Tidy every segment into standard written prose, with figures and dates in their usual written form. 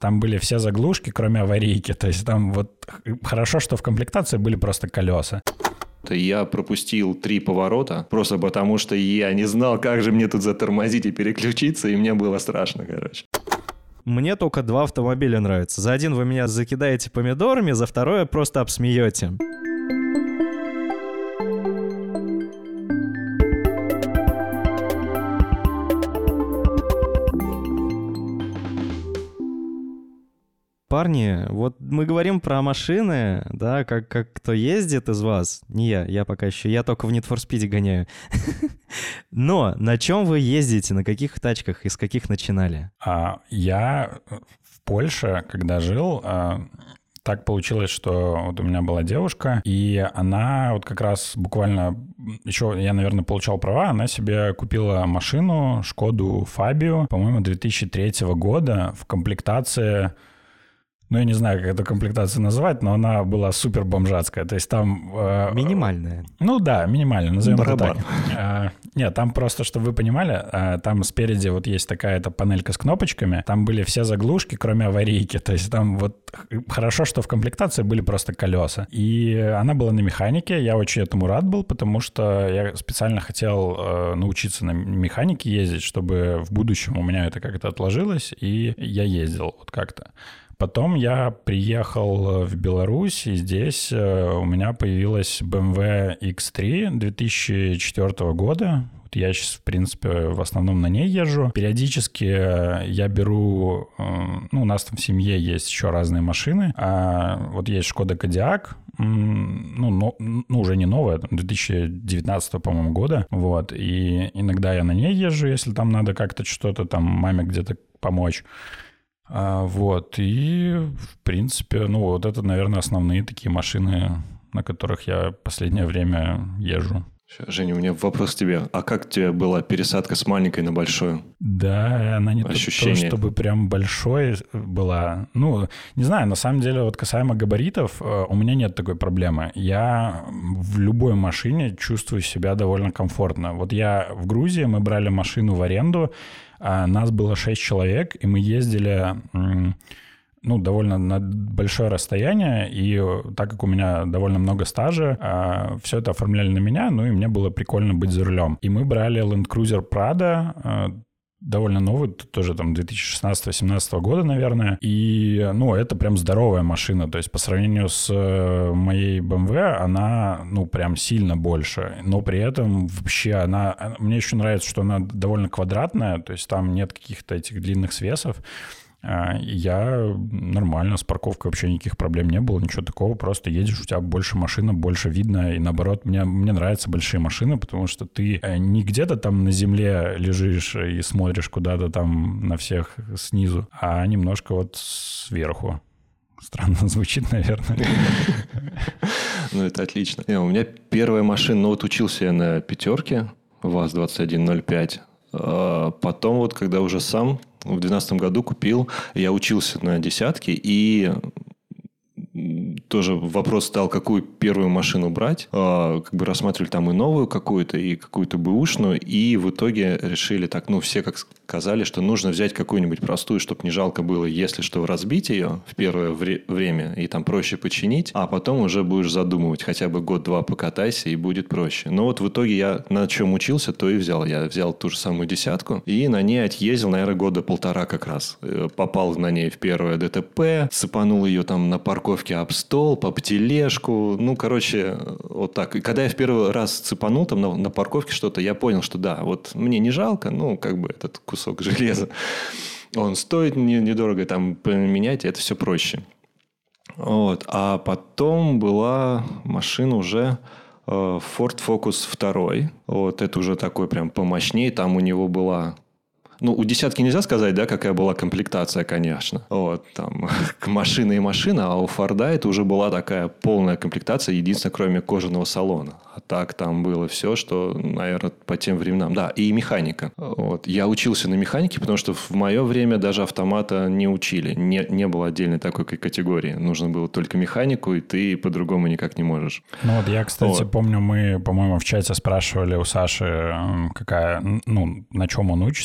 Там были все заглушки, кроме аварийки. То есть там вот хорошо, что в комплектации были просто колеса. Я пропустил 3 поворота, просто потому что я не знал, как же мне тут затормозить и переключиться, и мне было страшно, короче. Мне только 2 автомобиля нравятся. За один вы меня закидаете помидорами, за второе просто обсмеете. Парни, вот мы говорим про машины, да, как кто ездит из вас. Не я пока еще, я только в Need for Speed гоняю. Но на чем вы ездите, на каких тачках, из каких начинали? Я в Польше, когда жил, так получилось, что вот у меня была девушка, и она вот как раз буквально, еще я, наверное, получал права, она себе купила машину, Шкоду Фабию, по-моему, 2003 года в комплектации... Ну, я не знаю, как эту комплектацию называть, но она была супер бомжатская. То есть там... Минимальная. Ну да, минимальная, назовем это так. Нет, там просто, чтобы вы понимали, там спереди вот есть такая-то панелька с кнопочками. Там были все заглушки, кроме аварийки. То есть там вот хорошо, что в комплектации были просто колеса. И она была на механике. Я очень этому рад был, потому что я специально хотел научиться на механике ездить, чтобы в будущем у меня это как-то отложилось, и я ездил вот как-то. Потом я приехал в Беларусь, и здесь у меня появилась BMW X3 2004 года. Вот я сейчас, в принципе, в основном на ней езжу. Периодически я беру... Ну, у нас там в семье есть еще разные машины. Вот есть Шкода Кодиак, уже не новая, 2019, по-моему, года. Вот. И иногда я на ней езжу, если там надо как-то что-то там маме где-то помочь. Вот, и, в принципе, вот это, наверное, основные такие машины, на которых я последнее время езжу. Женя, у меня вопрос к тебе. А как у тебя была пересадка с маленькой на большую? Да, она не то, чтобы прям большой была. Ну, не знаю, на самом деле, вот касаемо габаритов, у меня нет такой проблемы. Я в любой машине чувствую себя довольно комфортно. Вот я в Грузии, мы брали машину в аренду, нас было 6 человек, и мы ездили... довольно на большое расстояние, и так как у меня довольно много стажа, все это оформляли на меня, и мне было прикольно быть за рулем. И мы брали Land Cruiser Prado, довольно новый, тоже там 2016-2017 года, наверное, и, это прям здоровая машина, то есть по сравнению с моей BMW она, прям сильно больше, но при этом вообще мне еще нравится, что она довольно квадратная, то есть там нет каких-то этих длинных свесов. Я нормально, с парковкой вообще никаких проблем не было, ничего такого, просто едешь, у тебя больше машина, больше видно, и наоборот, мне нравятся большие машины, потому что ты не где-то там на земле лежишь и смотришь куда-то там на всех снизу, а немножко вот сверху. Странно звучит, наверное. Это отлично. У меня первая машина, учился я на пятерке, ВАЗ-2105. Потом когда уже сам в 2012 году купил, я учился на десятке, и тоже вопрос стал, какую первую машину брать. Рассматривали там и новую какую-то, и какую-то бэушную, и в итоге решили так, все как сказали, что нужно взять какую-нибудь простую, чтобы не жалко было, если что, разбить ее в первое время, и там проще починить, а потом уже будешь задумывать, хотя бы год-два покатайся, и будет проще. Но в итоге я на чем учился, то и взял. Я взял ту же самую десятку, и на ней отъездил, наверное, года полтора как раз. Попал на ней в первое ДТП, сыпанул ее там на парковке об стол, по тележку, вот так. И когда я в первый раз цепанул там на парковке что-то, я понял, что да, вот мне не жалко, этот кусок железа. Он стоит недорого, там поменять, это все проще. Вот. А потом была машина уже Ford Focus 2. Вот это уже такой прям помощнее. Там у него была... у десятки нельзя сказать, да, какая была комплектация, конечно. Вот, там, машина и машина, а у Форда это уже была такая полная комплектация, единственное, кроме кожаного салона. А так там было все, что, наверное, по тем временам. Да, и механика. Вот. Я учился на механике, потому что в мое время даже автомата не учили. Не было отдельной такой категории. Нужно было только механику, и ты по-другому никак не можешь. Я, кстати, помню, мы, по-моему, в чате спрашивали у Саши, какая, на чем он учится, а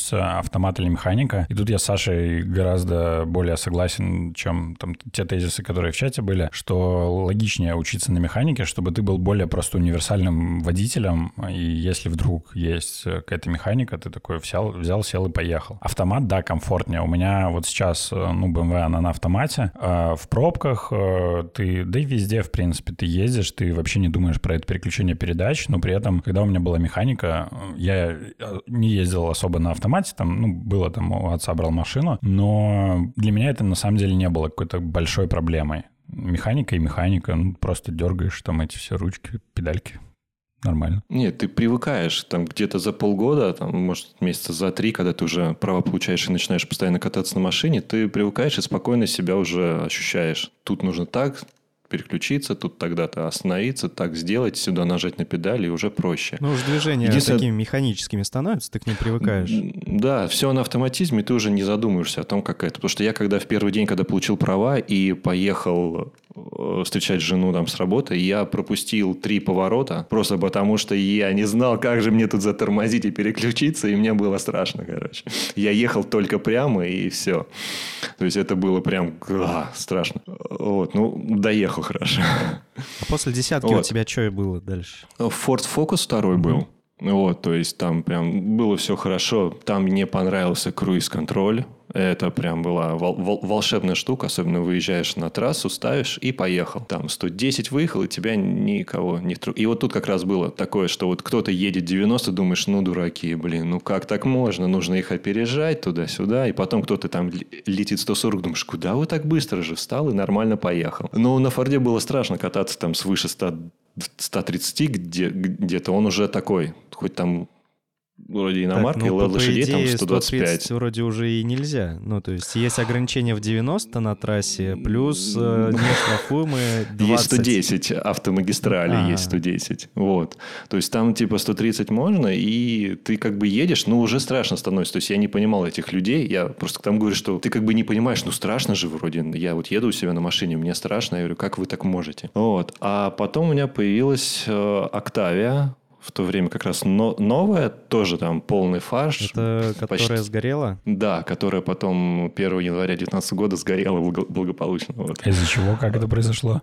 автомат или механика. И тут я с Сашей гораздо более согласен, чем там те тезисы, которые в чате были, что логичнее учиться на механике, чтобы ты был более просто универсальным водителем, и если вдруг есть какая-то механика, ты такой взял, сел и поехал. Автомат, да, комфортнее. У меня вот сейчас, BMW, она на автомате. В пробках ты, да и везде, в принципе, ты ездишь, ты вообще не думаешь про это переключение передач, но при этом, когда у меня была механика, я не ездил особо на автомате, там, было там, у отца брал машину, но для меня это на самом деле не было какой-то большой проблемой. Механика и механика, просто дергаешь там эти все ручки, педальки. Нормально. Нет, ты привыкаешь там где-то за полгода, там, может, месяца за 3, когда ты уже права получаешь и начинаешь постоянно кататься на машине, ты привыкаешь и спокойно себя уже ощущаешь. Тут нужно так переключиться, тут тогда-то остановиться, так сделать, сюда нажать на педали, и уже проще. Ну уж движения такими механическими становятся, ты к ним привыкаешь. Да, все на автоматизме, ты уже не задумываешься о том, как это. Потому что я когда в первый день, когда получил права и поехал встречать жену там с работы, я пропустил 3 поворота, просто потому что я не знал, как же мне тут затормозить и переключиться, и мне было страшно, короче. Я ехал только прямо, и все. То есть это было прям страшно. Вот, доехал хорошо. А после десятки у тебя что было дальше? Ford Focus 2 был. Вот, то есть там прям было все хорошо. Там мне понравился круиз-контроль. Это прям была волшебная штука. Особенно выезжаешь на трассу, ставишь и поехал. Там 110 выехал, и тебя никого не трогает. И вот тут как раз было такое, что вот кто-то едет 90, думаешь, дураки, блин, как так можно? Нужно их опережать туда-сюда. И потом кто-то там летит 140, думаешь, куда вы так быстро же? Встал и нормально поехал. Но на Форде было страшно кататься там свыше 130 где-то. Он уже такой, хоть там вроде иномарка, и лошадей там 125. 130 вроде уже и нельзя. То есть есть ограничения в 90 на трассе, плюс нештрафуемые 20. Есть 110 автомагистрали, есть 110. Вот. То есть там типа 130 можно, и ты как бы едешь, уже страшно становится. То есть я не понимал этих людей. Я просто там говорю, что ты как бы не понимаешь, страшно же вроде. Я вот еду у себя на машине, мне страшно. Я говорю, как вы так можете? Вот. А потом у меня появилась Octavia. В то время как раз новая, тоже там полный фарш. Это которая сгорела? Да, которая потом 1 января 2019 года сгорела благополучно. Вот. Из-за чего? Как это произошло?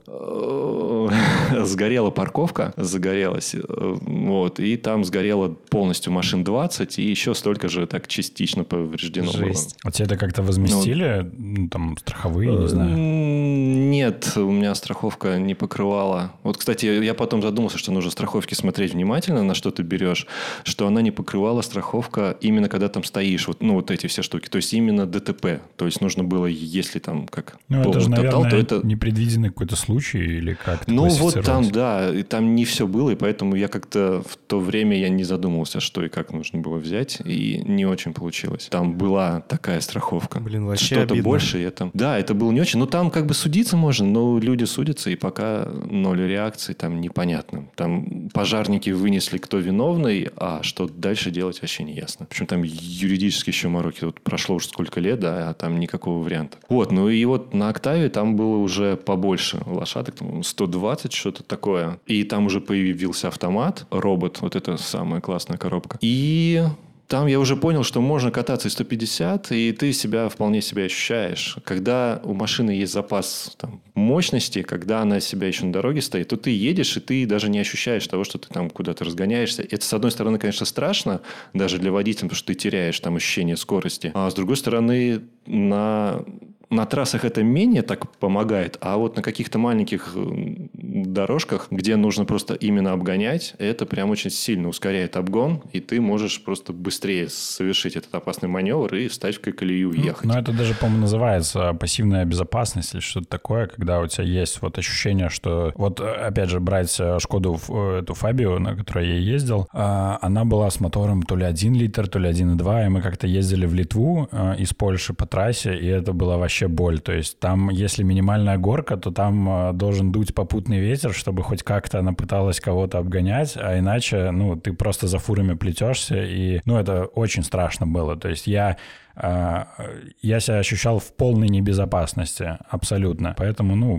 Сгорела парковка, загорелась. Вот, и там сгорело полностью машин 20, и еще столько же так частично повреждено было. А тебе это как-то возместили? Там страховые, не знаю? Нет, у меня страховка не покрывала. Вот, кстати, я потом задумался, что нужно страховки смотреть внимательно, на что ты берешь, что она не покрывала страховка именно когда там стоишь, вот эти все штуки. То есть именно ДТП. То есть нужно было, если там как это же, наверное, то это непредвиденный какой-то случай или как? Вот там, да, и там не все было, и поэтому я как-то в то время я не задумывался, что и как нужно было взять, и не очень получилось. Там была такая страховка. Блин, вообще что-то обидно. Больше. Да, это было не очень. Там как бы судиться можно, но люди судятся, и пока 0 реакций, там непонятно. Там пожарники вынесли, кто виновный, а что дальше делать вообще не ясно. Причем там юридически еще мороки. Вот прошло уже сколько лет, да, а там никакого варианта. Вот, и вот на Octavia там было уже побольше лошадок, там 120, что-то такое. И там уже появился автомат, робот, вот это самая классная коробка. И там я уже понял, что можно кататься и 150, и ты вполне себя ощущаешь. Когда у машины есть запас мощности, когда она себя еще на дороге стоит, то ты едешь, и ты даже не ощущаешь того, что ты там куда-то разгоняешься. Это, с одной стороны, конечно, страшно, даже для водителя, потому что ты теряешь там ощущение скорости. А с другой стороны, на трассах это менее так помогает, а вот на каких-то маленьких дорожках, где нужно просто именно обгонять, это прям очень сильно ускоряет обгон, и ты можешь просто быстрее совершить этот опасный маневр и встать в колею и ехать. Это даже, по-моему, называется пассивная безопасность или что-то такое, когда у тебя есть вот ощущение, что... Вот, опять же, брать Шкоду, эту Фабию, на которой я ездил, она была с мотором то ли 1 литр, то ли 1,2, и мы как-то ездили в Литву из Польши по трассе, и это было вообще боль. То есть там, если минимальная горка, то там должен дуть попутный ветер, чтобы хоть как-то она пыталась кого-то обгонять, а иначе, ты просто за фурами плетешься, и, это очень страшно было. То есть я себя ощущал в полной небезопасности, абсолютно. Поэтому,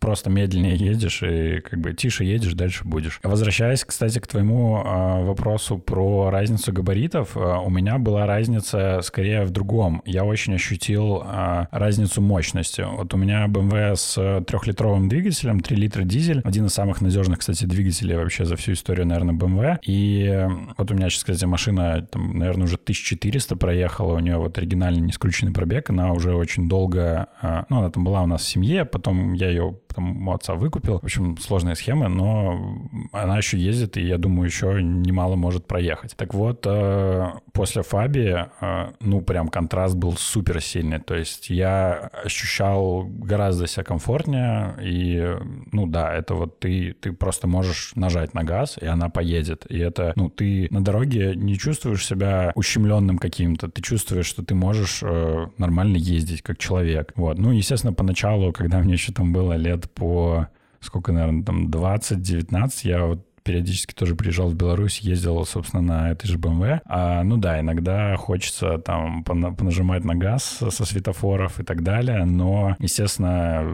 просто медленнее едешь и как бы тише едешь, дальше будешь. Возвращаясь, кстати, к твоему вопросу про разницу габаритов, у меня была разница скорее в другом. Я очень ощутил разницу мощности. Вот у меня BMW с 3-литровым двигателем, 3 литра дизель, один из самых надежных, кстати, двигателей вообще за всю историю, наверное, BMW. И вот у меня сейчас, кстати, машина, там, наверное, уже 1400 проехала, у нее вот оригинальный нескрученный пробег, она уже очень долго, ну, она там была у нас в семье, потом я ее потом у отца выкупил. В общем, сложная схема, но она еще ездит, и я думаю, еще немало может проехать. Так вот, после Фаби, ну, прям контраст был супер сильный. То есть я ощущал гораздо себя комфортнее, и, ну, да, это вот ты просто можешь нажать на газ, и она поедет. И это, ну, ты на дороге не чувствуешь себя ущемленным каким-то, ты чувствуешь, что ты можешь нормально ездить как человек. Вот. Ну, естественно, поначалу, когда мне еще там было лет по, сколько, наверное, там 20-19, я вот периодически тоже приезжал в Беларусь, ездил, собственно, на этой же BMW. Ну да, иногда хочется там понажимать на газ со светофоров и так далее, но, естественно,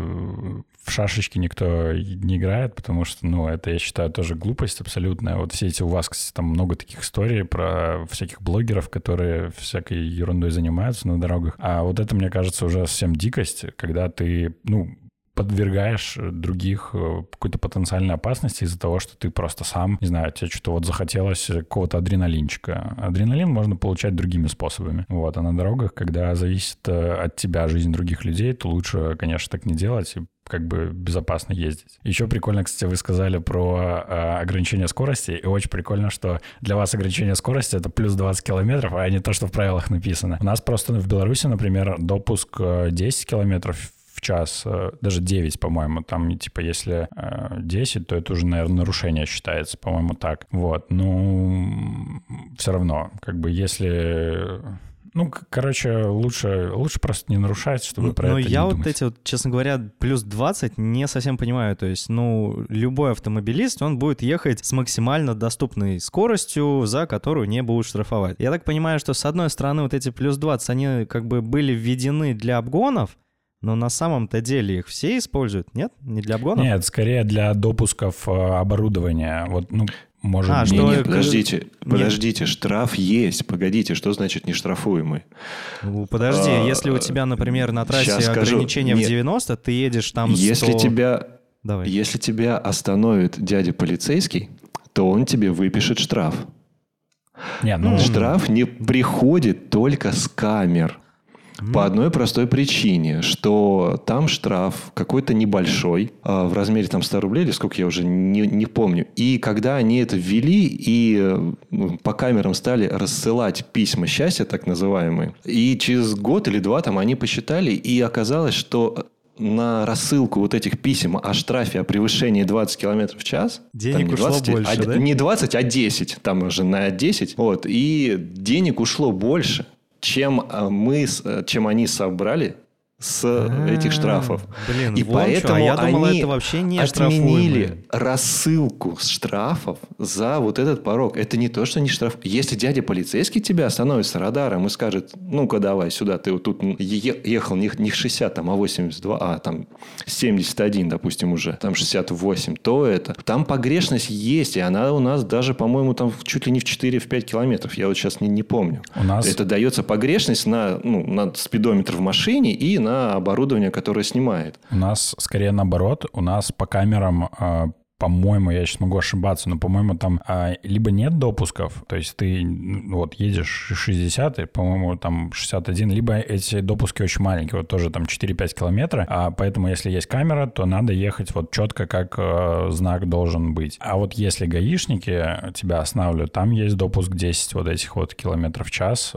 в шашечки никто не играет, потому что, ну, это, я считаю, тоже глупость абсолютная. Вот все эти у вас, кстати, там много таких историй про всяких блогеров, которые всякой ерундой занимаются на дорогах. А вот это, мне кажется, уже совсем дикость, когда ты, ну, подвергаешь других какой-то потенциальной опасности из-за того, что ты просто сам, не знаю, тебе что-то вот захотелось какого-то адреналинчика. Адреналин можно получать другими способами. Вот. А на дорогах, когда зависит от тебя жизнь других людей, то лучше, конечно, так не делать и как бы безопасно ездить. Еще прикольно, кстати, вы сказали про ограничение скорости, и очень прикольно, что для вас ограничение скорости — это плюс 20 километров, а не то, что в правилах написано. У нас просто в Беларуси, например, допуск 10 километров в час, даже 9, по-моему, там, типа, если 10, то это уже, наверное, нарушение считается, по-моему, так. Вот, ну, все равно, как бы, если... Ну, короче, лучше просто не нарушать, чтобы про это не думать. Но я вот эти, вот, честно говоря, плюс 20 не совсем понимаю. То есть, ну, любой автомобилист, он будет ехать с максимально доступной скоростью, за которую не будут штрафовать. Я так понимаю, что, с одной стороны, вот эти плюс 20, они как бы были введены для обгонов, но на самом-то деле их все используют, нет? Не для обгонов? Нет, скорее для допусков оборудования. Вот, ну, может быть... Нет, подождите, штраф есть. Погодите, что значит нештрафуемый? Ну, подожди, если у тебя, например, на трассе ограничение в 90, ты едешь там 100... Если тебя остановит дядя полицейский, то он тебе выпишет штраф. Штраф не приходит только с камер. По одной простой причине, что там штраф какой-то небольшой, в размере там 100 рублей, или сколько, я уже не помню. И когда они это ввели и по камерам стали рассылать письма счастья, так называемые, и через год или два там они посчитали, и оказалось, что на рассылку вот этих писем о штрафе о превышении 20 км в час... Денег ушло 20, больше, да? Не 20, а 10. Там уже на 10. Вот, и денег ушло больше, чем они собрали с этих штрафов. Блин, и поэтому я думал, они это вообще не отменили рассылку штрафов за вот этот порог. Это не то, что не штраф. Если дядя полицейский тебя остановит с радаром и скажет: ну-ка давай сюда, ты вот тут ехал не 60, там, а 82, а там 71, допустим, уже, там 68, то это. Там погрешность есть, и она у нас даже, по-моему, там чуть ли не в 4-5 километров. Я вот сейчас не помню. Это дается погрешность на спидометр в машине и на оборудование, которое снимает. У нас скорее наоборот. У нас по камерам, по-моему, я сейчас могу ошибаться, но, по-моему, там либо нет допусков, то есть ты вот едешь 60, и, по-моему, там 61, либо эти допуски очень маленькие, вот тоже там 4-5 километра, поэтому если есть камера, то надо ехать вот четко, как знак должен быть. А вот если гаишники тебя останавливают, там есть допуск 10 вот этих вот километров в час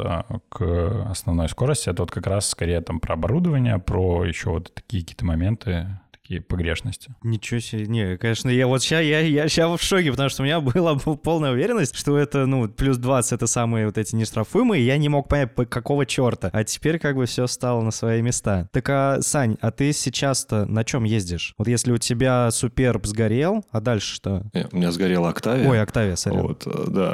к основной скорости. Это вот как раз скорее там про оборудование, про еще вот такие какие-то моменты, погрешности. Ничего себе. Не, конечно, я сейчас в шоке, потому что у меня была полная уверенность, что это, плюс 20 это самые вот эти нештрафуемые, и я не мог понять, по какого черта. А теперь как бы все стало на свои места. Так, Сань, а ты сейчас-то на чем ездишь? Вот если у тебя Суперб сгорел, а дальше что? У меня сгорела Октавия. Ой, Октавия, сорян. Вот,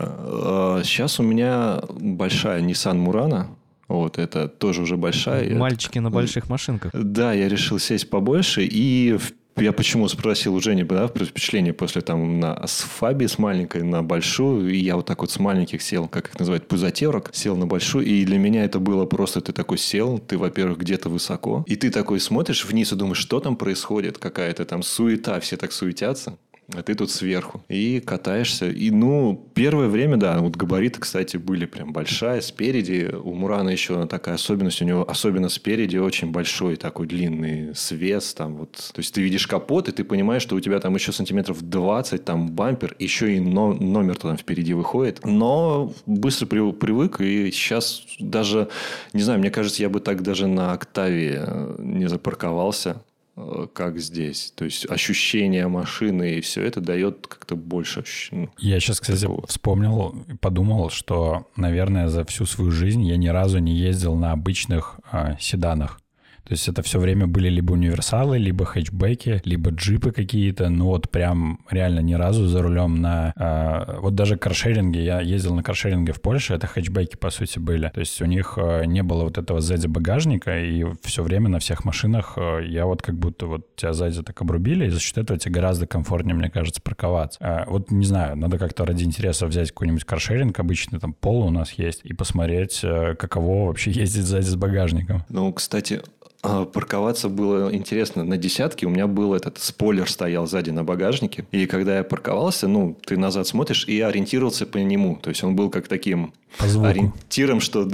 да. Сейчас у меня большая Nissan Murano. Вот, это тоже уже большая. Мальчики на больших машинках. Да, я решил сесть побольше. И Я почему спросил у Жени, да, впечатление после там с Фаби, с маленькой на большую, и я вот так вот с маленьких сел, как их называют, пузатерок, сел на большую, и для меня это было просто, ты такой сел, ты, во-первых, где-то высоко, и ты такой смотришь вниз и думаешь, что там происходит, какая-то там суета, все так суетятся. А ты тут сверху. И катаешься. И, первое время, да, вот габариты, кстати, были прям большая. Спереди у Мурана еще такая особенность. У него особенно спереди очень большой такой длинный свес. Там вот. То есть, ты видишь капот, и ты понимаешь, что у тебя там еще сантиметров 20, там бампер, еще и номер там впереди выходит. Но быстро привык. И сейчас даже, не знаю, мне кажется, я бы так даже на Октаве не запарковался, как здесь. То есть ощущение машины и все это дает как-то больше ощущений. Я сейчас, кстати, вспомнил, подумал, что, наверное, за всю свою жизнь я ни разу не ездил на обычных седанах. То есть это все время были либо универсалы, либо хэтчбеки, либо джипы какие-то. Ну вот прям реально ни разу за рулем на... вот даже каршеринге, я ездил на каршеринге в Польше, это хэтчбеки по сути были. То есть у них не было вот этого сзади багажника, и все время на всех машинах я вот как будто вот тебя сзади так обрубили, и за счет этого тебе гораздо комфортнее, мне кажется, парковаться. Вот не знаю, надо как-то ради интереса взять какой-нибудь каршеринг, обычный там Поло у нас есть, и посмотреть, каково вообще ездить сзади с багажником. Ну, кстати... Парковаться было интересно. На десятке у меня был этот спойлер стоял сзади на багажнике. И когда я парковался, ты назад смотришь и ориентировался по нему. То есть он был как таким ориентиром, что...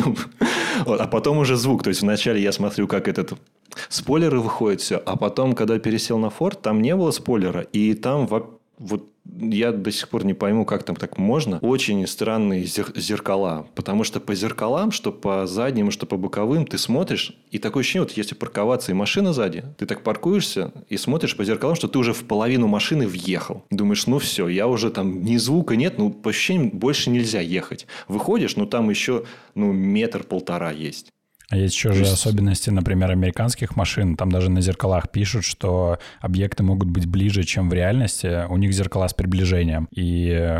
а потом уже звук. То есть вначале я смотрю, как этот... Спойлеры выходят, все. А потом, когда пересел на Ford, там не было спойлера. И там вот я до сих пор не пойму, как там так можно. Очень странные зеркала. Потому что по зеркалам, что по задним, что по боковым, ты смотришь, и такое ощущение, вот если парковаться и машина сзади, ты так паркуешься и смотришь по зеркалам, что ты уже в половину машины въехал. Думаешь, все, я уже там ни звука нет, по ощущениям больше нельзя ехать. Выходишь, там еще метр-полтора есть. А есть еще же особенности, например, американских машин. Там даже на зеркалах пишут, что объекты могут быть ближе, чем в реальности. У них зеркала с приближением. И,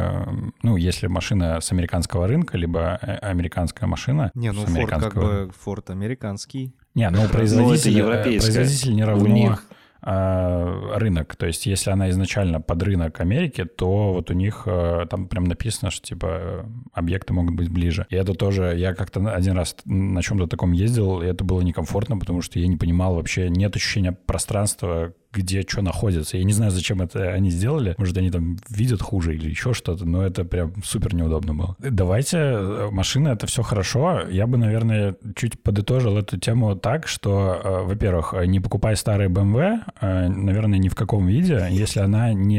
если машина с американского рынка, либо американская машина... Ford как бы Ford американский. Производитель не равно рынок. То есть, если она изначально под рынок Америки, то вот у них там прям написано, что типа объекты могут быть ближе. И это тоже... Я как-то один раз на чем-то таком ездил, и это было некомфортно, потому что я не понимал вообще, нет ощущения пространства, где что находится. Я не знаю, зачем это они сделали. Может, они там видят хуже или еще что-то, но это прям супер неудобно было. Давайте, машина — это все хорошо. Я бы, наверное, чуть подытожил эту тему так, что, во-первых, не покупай старые BMW, наверное, ни в каком виде, если она не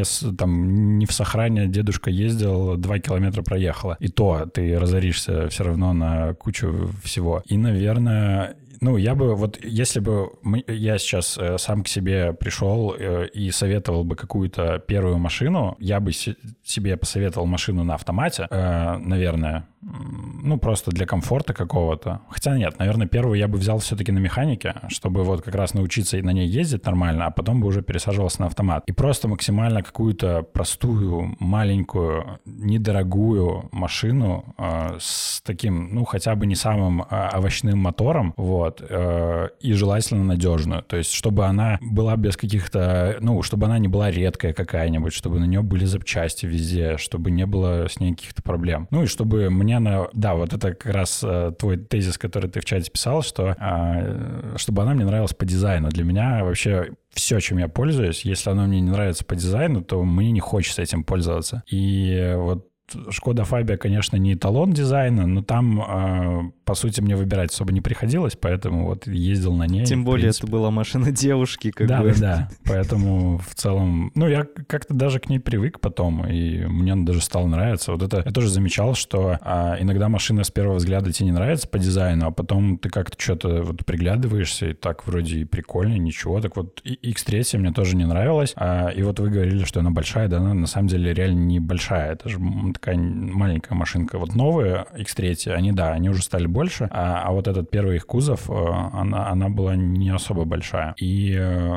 в сохране, дедушка ездил, 2 километра проехала. И то ты разоришься все равно на кучу всего. И, наверное... я бы, вот если бы я сейчас сам к себе пришел и советовал бы какую-то первую машину, я бы себе посоветовал машину на автомате, наверное, просто для комфорта какого-то. Хотя нет, наверное, первую я бы взял все-таки на механике, чтобы вот как раз научиться на ней ездить нормально, а потом бы уже пересаживался на автомат. И просто максимально какую-то простую, маленькую, недорогую машину с таким, хотя бы не самым овощным мотором, и желательно надежную. То есть, чтобы она была без каких-то... чтобы она не была редкая какая-нибудь, чтобы на нее были запчасти везде, чтобы не было с ней каких-то проблем. И чтобы мне... Да, вот это как раз твой тезис, который ты в чате писал, что чтобы она мне нравилась по дизайну. Для меня вообще все, чем я пользуюсь, если оно мне не нравится по дизайну, то мне не хочется этим пользоваться. И вот Шкода Фабия, конечно, не эталон дизайна, но там, по сути, мне выбирать особо не приходилось, поэтому вот ездил на ней. Тем более это была машина девушки. Да, поэтому в целом... я как-то даже к ней привык потом, и мне она даже стала нравиться. Вот это я тоже замечал, что иногда машина с первого взгляда тебе не нравится по дизайну, а потом ты как-то что-то вот приглядываешься, и так вроде и прикольно, ничего. Так вот, X3 мне тоже не нравилась, и вот вы говорили, что она большая, да, она на самом деле реально не большая, это же такая маленькая машинка. Вот новые X3, они уже стали больше, а вот этот первый их кузов, она была не особо большая. И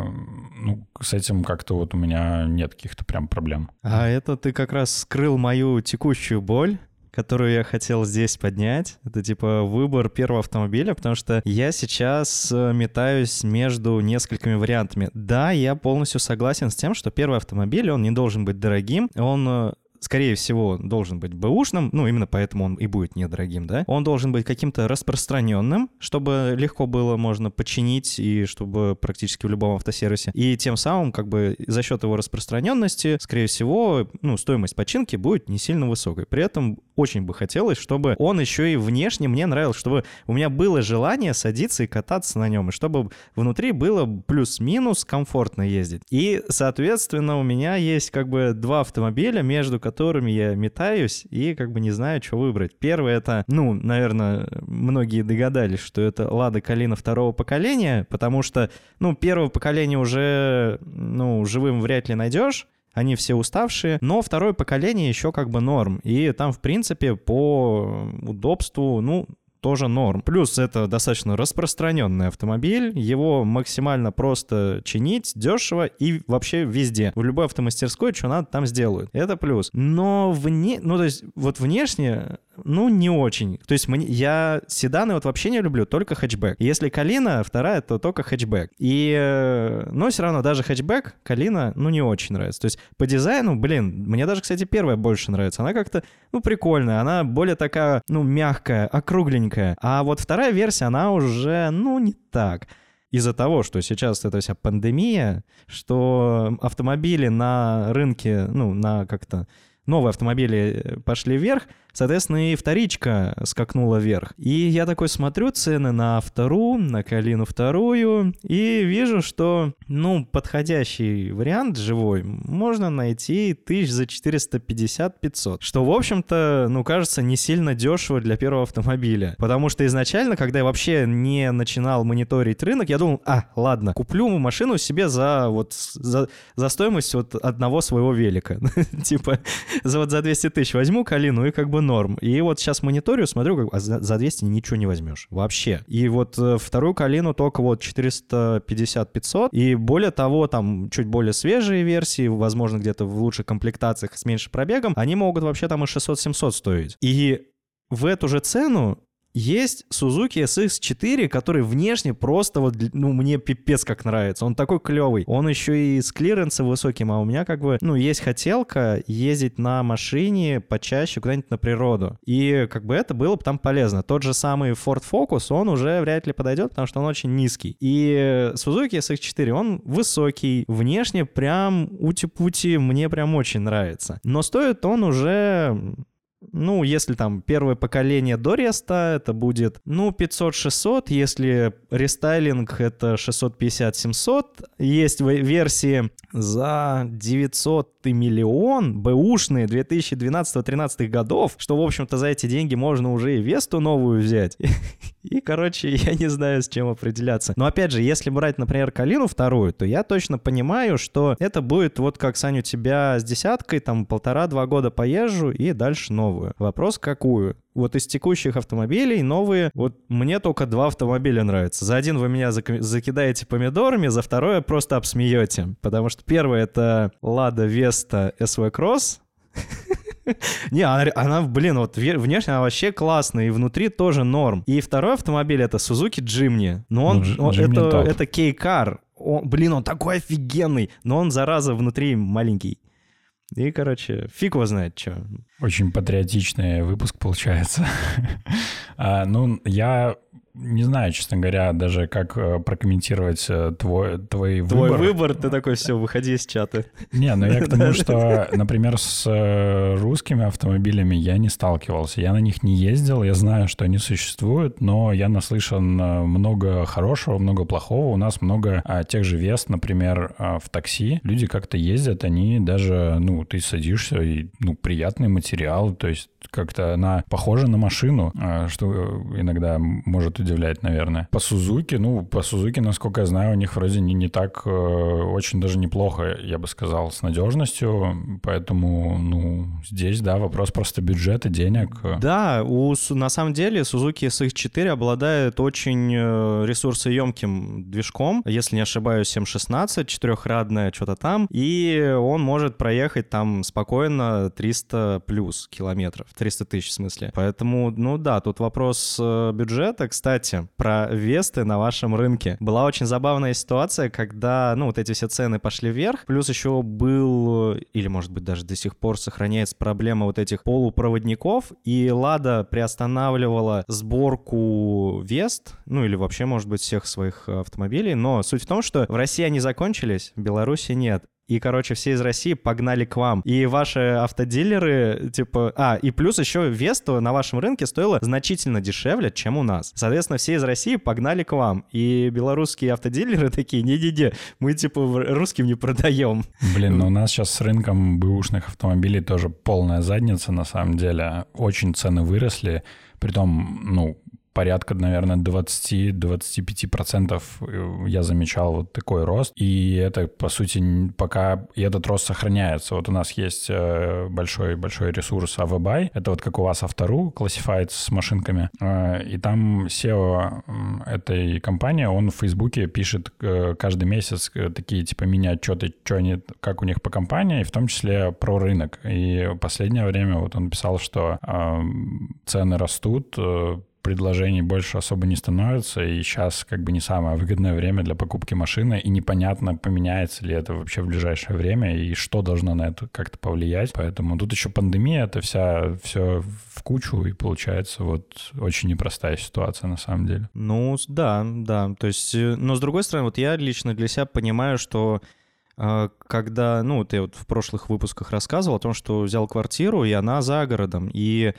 с этим как-то вот у меня нет каких-то прям проблем. А это ты как раз скрыл мою текущую боль, которую я хотел здесь поднять. Это типа выбор первого автомобиля, потому что я сейчас метаюсь между несколькими вариантами. Да, я полностью согласен с тем, что первый автомобиль, он не должен быть дорогим, он... скорее всего, должен быть бэушным, ну, именно поэтому он и будет недорогим, да? Он должен быть каким-то распространенным, чтобы легко было можно починить и чтобы практически в любом автосервисе. И тем самым, как бы, за счет его распространенности, скорее всего, ну, стоимость починки будет не сильно высокой. При этом очень бы хотелось, чтобы он еще и внешне мне нравился, чтобы у меня было желание садиться и кататься на нем, и чтобы внутри было плюс-минус комфортно ездить. И, соответственно, у меня есть, как бы, два автомобиля, между которыми я метаюсь и как бы не знаю, что выбрать. Первый — это, ну, наверное, многие догадались, что это Lada Kalina второго поколения, потому что, ну, первого поколения уже, ну, живым вряд ли найдешь, они все уставшие, но второе поколение еще как бы норм, и там, в принципе, по удобству, ну, тоже норм. Плюс это достаточно распространенный автомобиль, его максимально просто чинить, дешево и вообще везде. В любой автомастерской, что надо, там сделают. Это плюс. Но ну, то есть вот внешне, ну, не очень. То есть я седаны вот вообще не люблю, только хэтчбэк. Если Калина вторая, то только хэтчбэк. Но все равно даже хэтчбэк Калина, ну, не очень нравится. То есть по дизайну, блин, мне даже, кстати, первая больше нравится. Она как-то, ну, прикольная, она более такая, ну, мягкая, округленькая. А вот вторая версия, она уже, ну, не так. Из-за того, что сейчас эта вся пандемия, что автомобили на рынке, ну, на как-то новые автомобили пошли вверх, соответственно, и вторичка скакнула вверх. И я такой смотрю цены на вторую, на Калину вторую, и вижу, что, ну, подходящий вариант живой можно найти тысяч за 450-500, что, в общем-то, ну, кажется, не сильно дешево для первого автомобиля. Потому что изначально, когда я вообще не начинал мониторить рынок, я думал, ладно, куплю машину себе за стоимость вот одного своего велика. Типа, за 200 тысяч возьму Калину и как бы норм. И вот сейчас мониторю, смотрю, за 200 ничего не возьмешь. Вообще. И вот вторую Калину только вот 450-500. И более того, там чуть более свежие версии, возможно, где-то в лучших комплектациях с меньшим пробегом, они могут вообще там и 600-700 стоить. И в эту же цену есть Suzuki SX4, который внешне просто вот, ну, мне пипец как нравится. Он такой клевый. Он еще и с клиренсом высоким, а у меня как бы, ну, есть хотелка ездить на машине почаще куда-нибудь на природу. И как бы это было бы там полезно. Тот же самый Ford Focus, он уже вряд ли подойдет, потому что он очень низкий. И Suzuki SX4, он высокий. Внешне прям ути-пути, мне прям очень нравится. Но стоит он уже... Ну, если там первое поколение до реста, это будет, ну, 500-600. Если рестайлинг, это 650-700. Есть версии за 900 миллион, бэушные 2012-2013 годов, что, в общем-то, за эти деньги можно уже и Весту новую взять. И, короче, я не знаю, с чем определяться. Но, опять же, если брать, например, Калину вторую, то я точно понимаю, что это будет вот как, Саня, у тебя с десяткой, там, 1,5-2 года поезжу и дальше новую. Вопрос, какую? Вот из текущих автомобилей новые, вот мне только два автомобиля нравятся. За один вы меня закидаете помидорами, за второе просто обсмеете. Потому что первый — это Lada Vesta SV Cross. Не, она, блин, вот внешне она вообще классная, и внутри тоже норм. И второй автомобиль — это Suzuki Jimny. Но это K-Car. Блин, он такой офигенный, но он, зараза, внутри маленький. И, короче, фиг его знает, что. Очень патриотичный выпуск получается. Ну, я не знаю, честно говоря, даже как прокомментировать твой выбор. Твой выбор, ты такой, все, выходи из чата. Не, ну я к тому, что, например, с русскими автомобилями я не сталкивался. Я на них не ездил, я знаю, что они существуют, но я наслышан много хорошего, много плохого. У нас много тех же Вест, например, в такси. Люди как-то ездят, они даже, ну, ты садишься, и, ну, приятный материал, то есть как-то она похожа на машину, что иногда может удивлять, наверное. По Suzuki, насколько я знаю, у них вроде не так очень даже неплохо, я бы сказал, с надежностью, поэтому, ну, здесь, да, вопрос просто бюджета, денег. Да, на самом деле Suzuki SX4 обладает очень ресурсоемким движком, если не ошибаюсь, M16, четырехрадное что-то там, и он может проехать там спокойно 300 плюс километров. в 300 тысяч в смысле. Поэтому, ну да, тут вопрос бюджета. Кстати, про Весты на вашем рынке. Была очень забавная ситуация, когда, ну, вот эти все цены пошли вверх, плюс еще был, или, может быть, даже до сих пор сохраняется проблема вот этих полупроводников, и Лада приостанавливала сборку Вест, ну, или вообще, может быть, всех своих автомобилей, но суть в том, что в России они закончились, в Беларуси нет. И, короче, все из России погнали к вам. И ваши автодилеры, типа... и плюс еще Веста на вашем рынке стоила значительно дешевле, чем у нас. Соответственно, все из России погнали к вам. И белорусские автодилеры такие, не-не-не, мы, типа, русским не продаем. Блин, ну у нас сейчас с рынком бэушных автомобилей тоже полная задница, на самом деле. Очень цены выросли. Притом, ну, порядка, наверное, 20-25% я замечал вот такой рост. И это, по сути, пока и этот рост сохраняется. Вот у нас есть большой ресурс AVBuy. Это вот как у вас Автору, Classifieds с машинками. И там SEO этой компании, он в Фейсбуке пишет каждый месяц такие типа мини-отчеты, как у них по компании, в том числе про рынок. И в последнее время вот он писал, что цены растут, предложений больше особо не становится, и сейчас как бы не самое выгодное время для покупки машины, и непонятно, поменяется ли это вообще в ближайшее время, и что должно на это как-то повлиять. Поэтому тут еще пандемия, это все в кучу, и получается вот очень непростая ситуация на самом деле. Ну, да, то есть, но с другой стороны, вот я лично для себя понимаю, что когда, ну, ты вот в прошлых выпусках рассказывал о том, что взял квартиру, и она за городом, и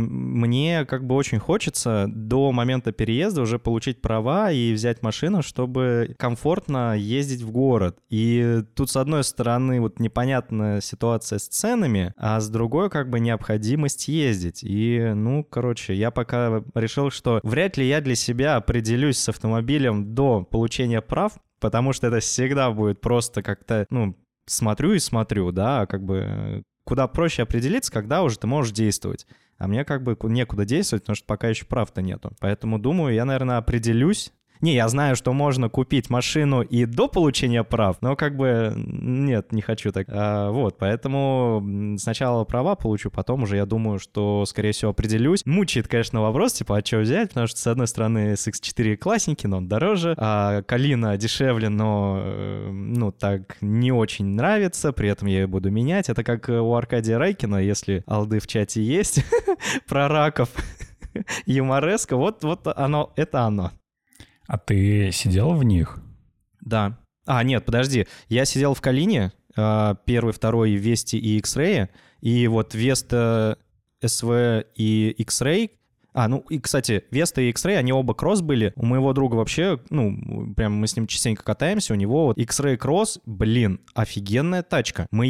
мне как бы очень хочется до момента переезда уже получить права и взять машину, чтобы комфортно ездить в город. И тут, с одной стороны, вот непонятная ситуация с ценами, а с другой как бы необходимость ездить. И, ну, короче, я пока решил, что вряд ли я для себя определюсь с автомобилем до получения прав, потому что это всегда будет просто как-то, ну, смотрю и смотрю, да, как бы куда проще определиться, когда уже ты можешь действовать. А мне как бы некуда действовать, потому что пока еще прав-то нету. Поэтому, думаю, я, наверное, определюсь. Не, я знаю, что можно купить машину и до получения прав, но как бы нет, не хочу так. Вот, поэтому сначала права получу, потом уже я думаю, что, скорее всего, определюсь. Мучает, конечно, вопрос, типа, а что взять? Потому что, с одной стороны, SX4 классненький, но он дороже, а Калина дешевле, но, ну, так не очень нравится, при этом я ее буду менять. Это как у Аркадия Райкина, если алды в чате есть, про раков, юмореска, вот оно, это оно. А ты сидел в них? Да. Нет, подожди. Я сидел в Калине, первый, второй Весте и X-Ray, и вот Веста, SV и X-Ray. И, кстати, Веста и X-Ray, они оба кросс были. У моего друга вообще, ну, прям мы с ним частенько катаемся, у него вот X-Ray кросс, блин, офигенная тачка. Мы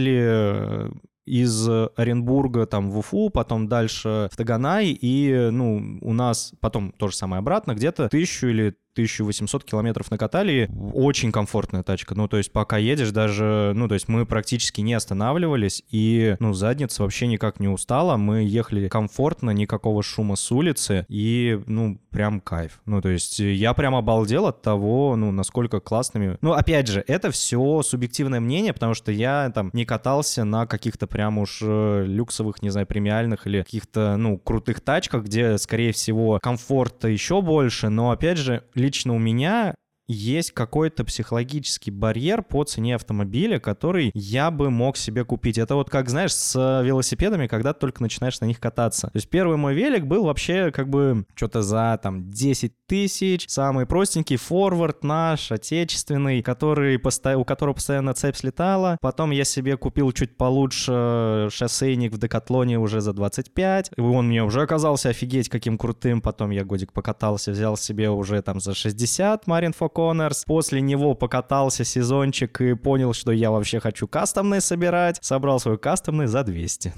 ездили из Оренбурга там в Уфу, потом дальше в Таганай, и, ну, у нас потом то же самое обратно, где-то 1000 или 1800 километров накатали. Очень комфортная тачка. Ну, то есть пока едешь даже... Ну, то есть мы практически не останавливались, и, ну, задница вообще никак не устала. Мы ехали комфортно, никакого шума с улицы, и, ну, прям кайф. Ну, то есть я прям обалдел от того, ну, насколько классными... Ну, опять же, это все субъективное мнение, потому что я там не катался на каких-то прям уж люксовых, не знаю, премиальных или каких-то, ну, крутых тачках, где, скорее всего, комфорта еще больше, но, опять же, лично у меня есть какой-то психологический барьер по цене автомобиля, который я бы мог себе купить. Это вот как, знаешь, с велосипедами, когда ты только начинаешь на них кататься. То есть первый мой велик был вообще как бы что-то за там 10 тысяч. Самый простенький форвард наш, отечественный, у которого постоянно цепь слетала. Потом я себе купил чуть получше шоссейник в Декатлоне уже за 25. И он мне уже оказался офигеть каким крутым. Потом я годик покатался, взял себе уже там за 60 Марин Фо Коннорс. После него покатался сезончик и понял, что я вообще хочу кастомный собирать. Собрал свой кастомный за 200.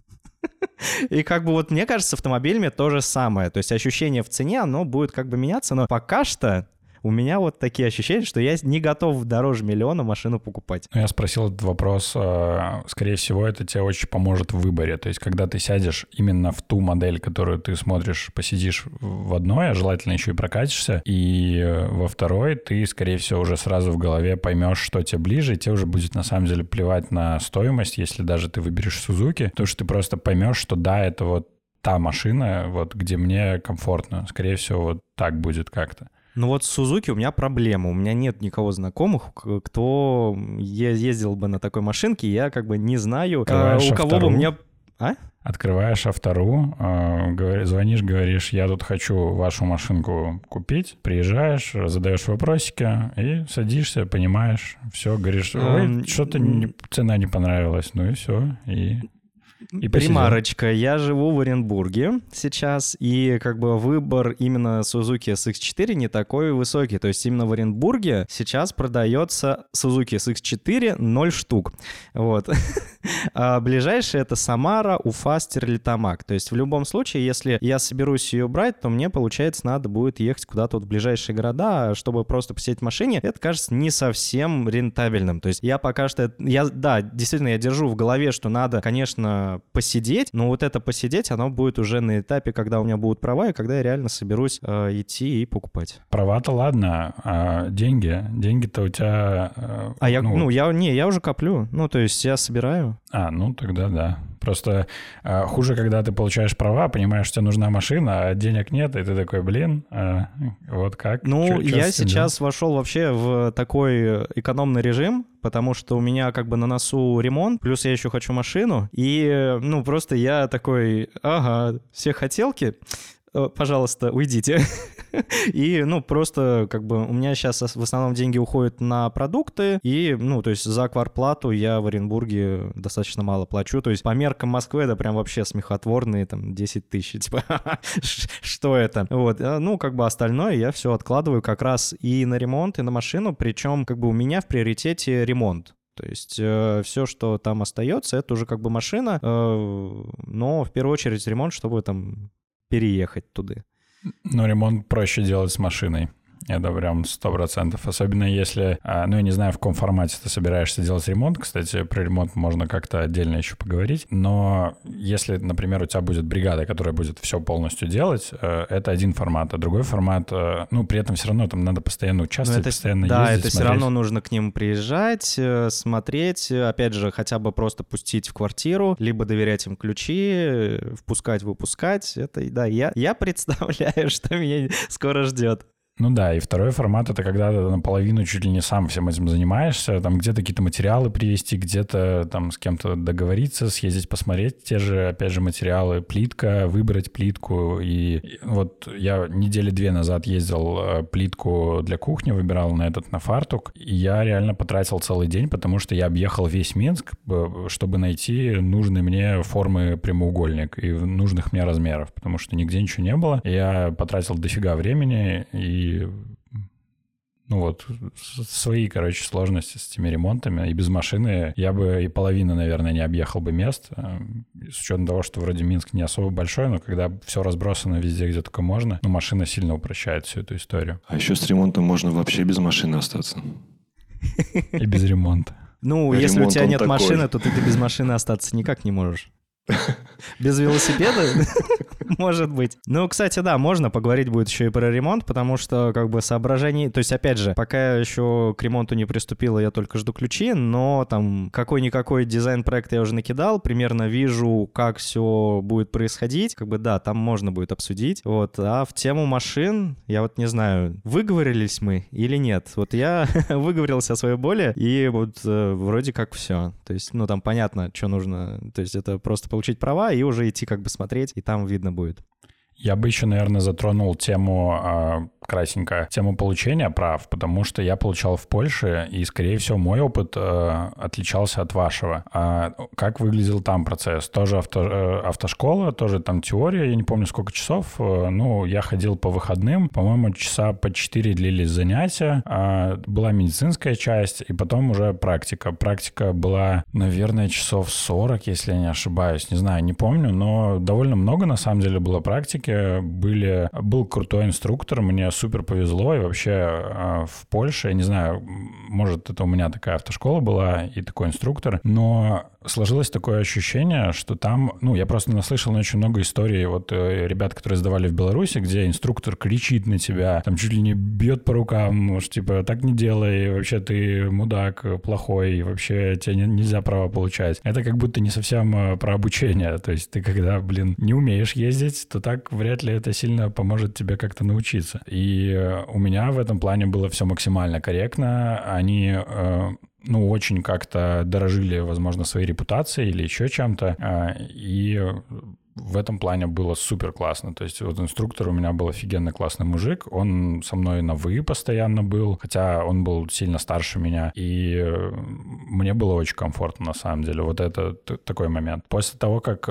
И как бы вот мне кажется, с автомобилями то же самое. То есть ощущение в цене, оно будет как бы меняться, но пока что у меня вот такие ощущения, что я не готов дороже 1 000 000 машину покупать. Я спросил этот вопрос, скорее всего, это тебе очень поможет в выборе. То есть, когда ты сядешь именно в ту модель, которую ты смотришь, посидишь в одной, а желательно еще и прокатишься, и во второй ты, скорее всего, уже сразу в голове поймешь, что тебе ближе, и тебе уже будет на самом деле плевать на стоимость, если даже ты выберешь Suzuki, потому что ты просто поймешь, что да, это вот та машина, вот где мне комфортно. Скорее всего, вот так будет как-то. Ну вот с Suzuki у меня проблема. У меня нет никого знакомых, кто ездил бы на такой машинке. Я как бы не знаю, у кого бы мне... А? Открываешь Автору, звонишь, говоришь, я тут хочу вашу машинку купить, приезжаешь, задаешь вопросики и садишься, понимаешь, все, говоришь, ой, что-то цена не понравилась, ну и все, и Ремарочка, я живу в Оренбурге сейчас, и как бы выбор именно Suzuki SX4 не такой высокий. То есть именно в Оренбурге сейчас продается Suzuki SX4 0 штук. Вот. А ближайшие это Самара, Уфа, Стерлитамак. То есть в любом случае, если я соберусь ее брать, то мне, получается, надо будет ехать куда-то в ближайшие города, чтобы просто посидеть в машине. Это кажется не совсем рентабельным. То есть я пока что... Да, действительно, я держу в голове, что надо, конечно, посидеть, но вот это посидеть, оно будет уже на этапе, когда у меня будут права, и когда я реально соберусь идти и покупать. Права-то ладно, а деньги-то у тебя... я уже коплю, то есть я собираю. Тогда да. Просто хуже, когда ты получаешь права, понимаешь, что тебе нужна машина, а денег нет, и ты такой, вот как? Я сейчас вошел вообще в такой экономный режим, потому что у меня как бы на носу ремонт, плюс я еще хочу машину, и, просто я такой, все хотелки, пожалуйста, уйдите. И, просто как бы у меня сейчас в основном деньги уходят на продукты, и, то есть за квартплату я в Оренбурге достаточно мало плачу. То есть по меркам Москвы это прям вообще смехотворные, 10 тысяч, типа, что это? Вот, как бы остальное я все откладываю как раз и на ремонт, и на машину, причем как бы у меня в приоритете ремонт. То есть все, что там остается, это уже как бы машина, но в первую очередь ремонт, чтобы там переехать туда. Но ремонт проще делать с машиной. Это прям 100%. Особенно если, я не знаю, в каком формате ты собираешься делать ремонт. Кстати, про ремонт можно как-то отдельно еще поговорить. Но если, например, у тебя будет бригада, которая будет все полностью делать, это один формат. А другой формат, при этом все равно там надо постоянно участвовать, постоянно ездить, это смотреть. Все равно нужно к ним приезжать, смотреть. Опять же, хотя бы просто пустить в квартиру, либо доверять им ключи, впускать, выпускать. Это, да, я представляю, что меня скоро ждет. И второй формат — это когда ты наполовину чуть ли не сам всем этим занимаешься, там где-то какие-то материалы привезти, где-то там с кем-то договориться, съездить посмотреть те же, опять же, материалы, плитка, выбрать плитку. И вот я недели 2 назад ездил, плитку для кухни выбирал на фартук, и я реально потратил целый день, потому что я объехал весь Минск, чтобы найти нужные мне формы прямоугольник и нужных мне размеров, потому что нигде ничего не было. И я потратил дофига времени, и свои, сложности с этими ремонтами. И без машины я бы и половину, наверное, не объехал бы мест. С учетом того, что вроде Минск не особо большой, но когда все разбросано везде, где только можно, машина сильно упрощает всю эту историю. А еще с ремонтом можно вообще без машины остаться. И без ремонта. Если у тебя нет машины, то ты без машины остаться никак не можешь. Без велосипеда? Может быть. Кстати, да, можно поговорить будет еще и про ремонт, потому что как бы соображений... То есть, опять же, пока еще к ремонту не приступила, я только жду ключи, но там какой-никакой дизайн-проект я уже накидал, примерно вижу, как все будет происходить. Как бы да, там можно будет обсудить. Вот. А в тему машин, я вот не знаю, выговорились мы или нет. Вот я выговорился о своей боли, и вот вроде как все. То есть, там понятно, что нужно. То есть это просто получить права и уже идти как бы смотреть, и там видно будет. Я бы еще, наверное, затронул тему получения прав, потому что я получал в Польше, и, скорее всего, мой опыт отличался от вашего. Как выглядел там процесс? Тоже автошкола, тоже там теория, я не помню, сколько часов. Я ходил по выходным, по-моему, часа по 4 длились занятия. Была медицинская часть, и потом уже практика. Практика была, наверное, часов 40, если я не ошибаюсь. Не знаю, не помню, но довольно много, на самом деле, было практики. пятерке был крутой инструктор, мне супер повезло, и вообще в Польше, я не знаю, может, это у меня такая автошкола была и такой инструктор, но сложилось такое ощущение, что там, я просто наслышал очень много историй вот ребят, которые сдавали в Беларуси, где инструктор кричит на тебя, там чуть ли не бьет по рукам, что типа так не делай, вообще ты мудак, плохой, вообще тебе нельзя права получать. Это как будто не совсем про обучение, то есть ты когда, не умеешь ездить, то так вряд ли это сильно поможет тебе как-то научиться. И у меня в этом плане было все максимально корректно, они... очень как-то дорожили, возможно, своей репутацией или еще чем-то. И в этом плане было супер классно. То есть вот инструктор у меня был офигенно классный мужик. Он со мной на «вы» постоянно был, хотя он был сильно старше меня. И мне было очень комфортно, на самом деле. Вот это такой момент. После того, как...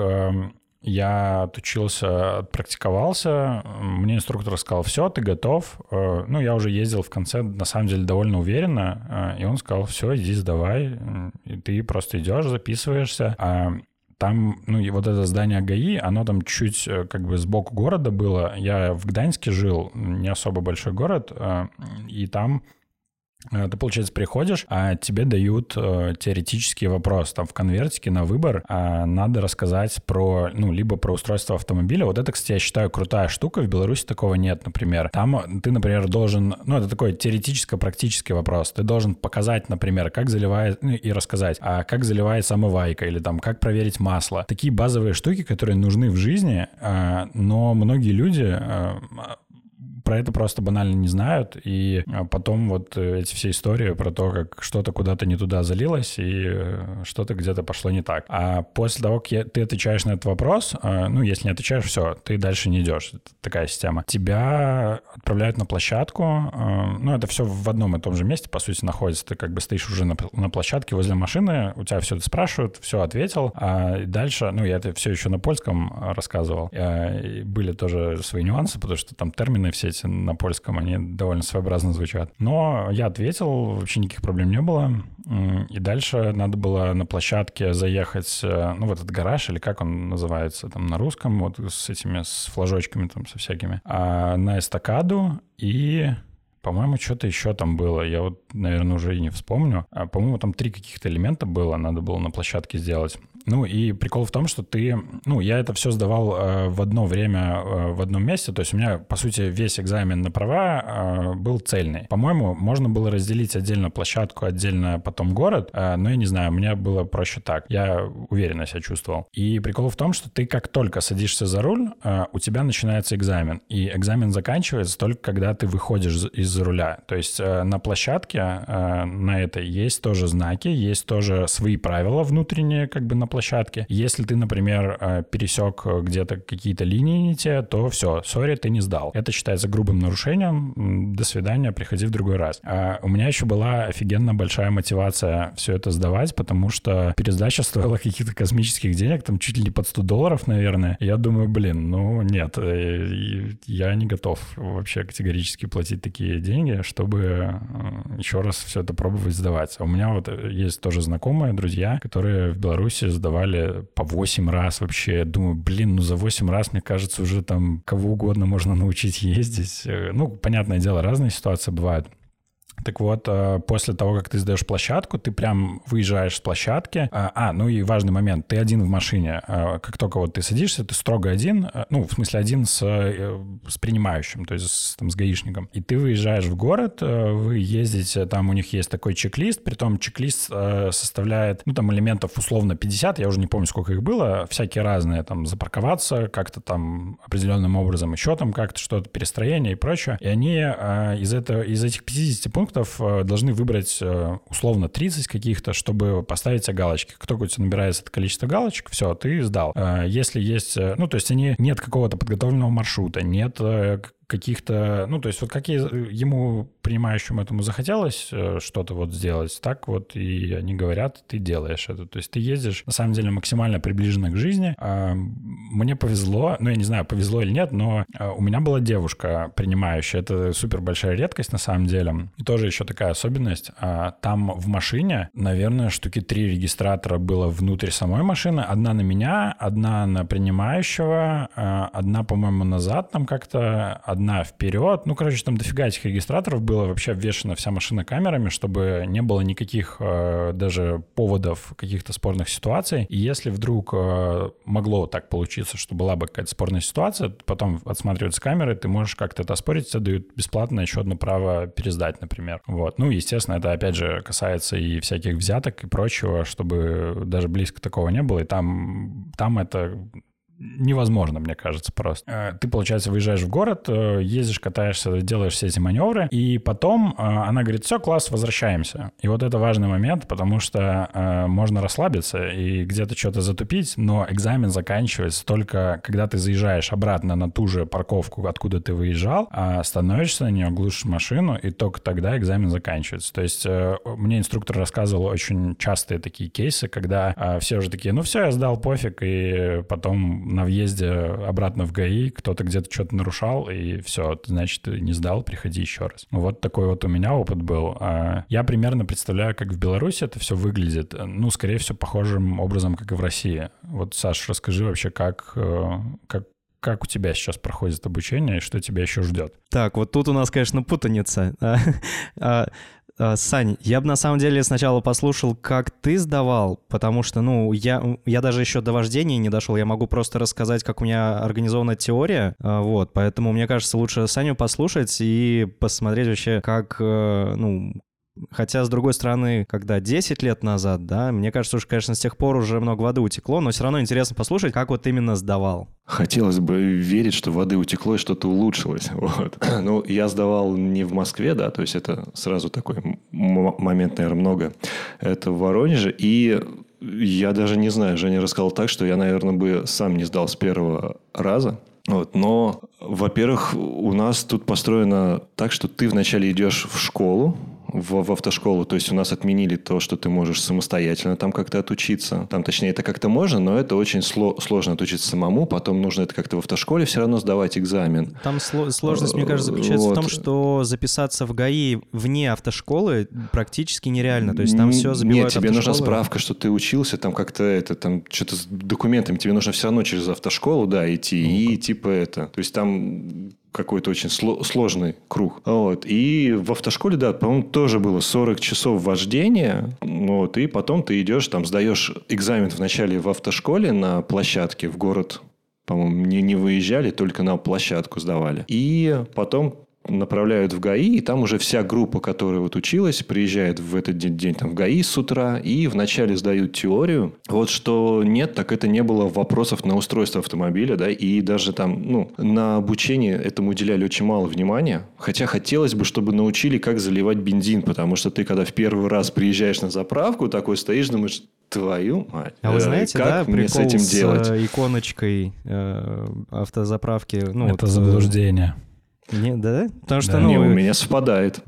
я отучился, отпрактиковался, мне инструктор сказал, все, ты готов. Я уже ездил в конце, на самом деле, довольно уверенно, и он сказал, все, иди сдавай, и ты просто идешь, записываешься. Там, и вот это здание ГАИ, оно там чуть как бы сбоку города было. Я в Гданьске жил, не особо большой город, и там... Ты, получается, приходишь, а тебе дают теоретический вопрос. Там в конвертике на выбор надо рассказать про, либо про устройство автомобиля. Вот это, кстати, я считаю, крутая штука. В Беларуси такого нет, например. Там ты, например, должен... это такой теоретическо-практический вопрос. Ты должен показать, например, как заливает... и рассказать, как заливается омывайка или там, как проверить масло. Такие базовые штуки, которые нужны в жизни, но многие люди... про это просто банально не знают, и потом вот эти все истории про то, как что-то куда-то не туда залилось, и что-то где-то пошло не так. А после того, как ты отвечаешь на этот вопрос, если не отвечаешь, все, ты дальше не идешь. Это такая система. Тебя отправляют на площадку, это все в одном и том же месте, по сути, находится. Ты как бы стоишь уже на площадке возле машины, у тебя все это спрашивают, все ответил, а дальше, я это все еще на польском рассказывал, были тоже свои нюансы, потому что там термины все эти на польском, они довольно своеобразно звучат. Но я ответил, вообще никаких проблем не было. И дальше надо было на площадке заехать, в этот гараж, или как он называется там на русском, вот с флажочками там, со всякими, на эстакаду, и... По-моему, что-то еще там было. Я вот, наверное, уже и не вспомню. По-моему, там 3 каких-то элемента было, надо было на площадке сделать. И прикол в том, что я это все сдавал в одно время в одном месте. То есть у меня, по сути, весь экзамен на права был цельный. По-моему, можно было разделить отдельно площадку, отдельно потом город. Но я не знаю, у меня было проще так. Я уверенно себя чувствовал. И прикол в том, что ты как только садишься за руль, у тебя начинается экзамен. И экзамен заканчивается только когда ты выходишь из-за руля. То есть на площадке на этой есть тоже знаки, есть тоже свои правила внутренние как бы на площадке. Если ты, например, пересек где-то какие-то линии не те, то все, сори, ты не сдал. Это считается грубым нарушением. До свидания, приходи в другой раз. У меня еще была офигенно большая мотивация все это сдавать, потому что пересдача стоила каких-то космических денег, там чуть ли не под $100, наверное. Я думаю, нет, я не готов вообще категорически платить такие деньги, чтобы еще раз все это пробовать сдавать. А у меня вот есть тоже знакомые, друзья, которые в Беларуси сдавали по 8 раз вообще. Я думаю, за 8 раз, мне кажется, уже там кого угодно можно научить ездить. Понятное дело, разные ситуации бывают. Так вот, после того, как ты сдаешь площадку, ты прям выезжаешь с площадки. И важный момент, ты один в машине. Как только вот ты садишься, ты строго один, в смысле один с принимающим, то есть с гаишником. И ты выезжаешь в город, вы ездите, там у них есть такой чек-лист, притом чек-лист составляет, там элементов условно 50, я уже не помню, сколько их было, всякие разные, там запарковаться как-то там определенным образом, еще там как-то что-то, перестроение и прочее. И они из этих 50 пунктов должны выбрать условно 30 каких-то, чтобы поставить себе галочки. Как только у тебя набирается это количество галочек, все, ты сдал. Если есть... то есть нет какого-то подготовленного маршрута, нет каких-то... Ну, то есть вот как ему, принимающему этому, захотелось что-то вот сделать, так вот и они говорят, ты делаешь это. То есть ты ездишь, на самом деле, максимально приближенно к жизни. Мне повезло, ну, я не знаю, повезло или нет, но у меня была девушка принимающая. Это супер большая редкость, на самом деле. И тоже еще такая особенность. Там в машине, наверное, штуки 3 регистратора было внутрь самой машины. Одна на меня, одна на принимающего, одна, по-моему, назад там как-то, одна вперед. Ну, короче, там дофига этих регистраторов было. Вообще обвешана вся машина камерами, чтобы не было никаких даже поводов каких-то спорных ситуаций. И если вдруг могло так получиться, что была бы какая-то спорная ситуация, потом отсматриваются камеры, ты можешь как-то это оспорить, тебе дают бесплатно еще одно право пересдать, например. Вот. Ну, естественно, это, опять же, касается и всяких взяток и прочего, чтобы даже близко такого не было. И там это... невозможно, мне кажется, просто. Ты, получается, выезжаешь в город, ездишь, катаешься, делаешь все эти маневры, и потом она говорит, все, класс, возвращаемся. И вот это важный момент, потому что можно расслабиться и где-то что-то затупить, но экзамен заканчивается только когда ты заезжаешь обратно на ту же парковку, откуда ты выезжал, становишься на нее, глушишь машину, и только тогда экзамен заканчивается. То есть мне инструктор рассказывал очень частые такие кейсы, когда все уже такие, ну все, я сдал, пофиг, и потом на въезде обратно в ГАИ кто-то где-то что-то нарушал, и все, значит, ты не сдал, приходи еще раз. Вот такой вот у меня опыт был. Я примерно представляю, как в Беларуси это все выглядит. Ну, скорее всего, похожим образом, как и в России. Вот, Саш, расскажи вообще, как у тебя сейчас проходит обучение и что тебя еще ждет? Так, вот тут у нас, конечно, путаница. Сань, я бы на самом деле сначала послушал, как ты сдавал, потому что, ну, я даже еще до вождения не дошел, я могу просто рассказать, как у меня организована теория, вот, поэтому мне кажется, лучше Саню послушать и посмотреть вообще, как, ну... Хотя, с другой стороны, когда 10 лет назад, да, мне кажется, уж, конечно, с тех пор уже много воды утекло, но все равно интересно послушать, как вот именно сдавал. Хотелось бы верить, что воды утекло и что-то улучшилось. Вот. Ну, я сдавал не в Москве, да, то есть это сразу такой момент, наверное, много. Это в Воронеже, и я даже не знаю, Женя рассказал так, что я, наверное, бы сам не сдал с первого раза. Вот. Но, во-первых, у нас тут построено так, что ты вначале идешь в школу, в автошколу, то есть у нас отменили то, что ты можешь самостоятельно там как-то отучиться. Там, точнее, это как-то можно, но это очень сложно отучиться самому, потом нужно это как-то в автошколе все равно сдавать экзамен. Там сложность, мне кажется, заключается в том, что записаться в ГАИ вне автошколы практически нереально, то есть там все забивают автошколы. Нет, тебе нужна справка, что ты учился, там как-то там что-то с документами, тебе нужно все равно через автошколу, да, идти, и типа это, то есть там... какой-то очень сложный круг. Вот. И в автошколе, да, по-моему, тоже было 40 часов вождения. Вот. И потом ты идешь, там, сдаешь экзамен вначале в автошколе на площадке в город. По-моему, не выезжали, только на площадку сдавали. И потом направляют в ГАИ, и там уже вся группа, которая вот училась, приезжает в этот день там, в ГАИ с утра, и вначале сдают теорию. Вот что нет, так это не было вопросов на устройство автомобиля, да, и даже там, ну, на обучение этому уделяли очень мало внимания, хотя хотелось бы, чтобы научили, как заливать бензин, потому что ты, когда в первый раз приезжаешь на заправку, такой стоишь, думаешь, твою мать, а вы знаете, как да, мне с этим делать? Иконочкой автозаправки. Ну, это вот, заблуждение. Не, да? Потому что, да, у меня совпадает.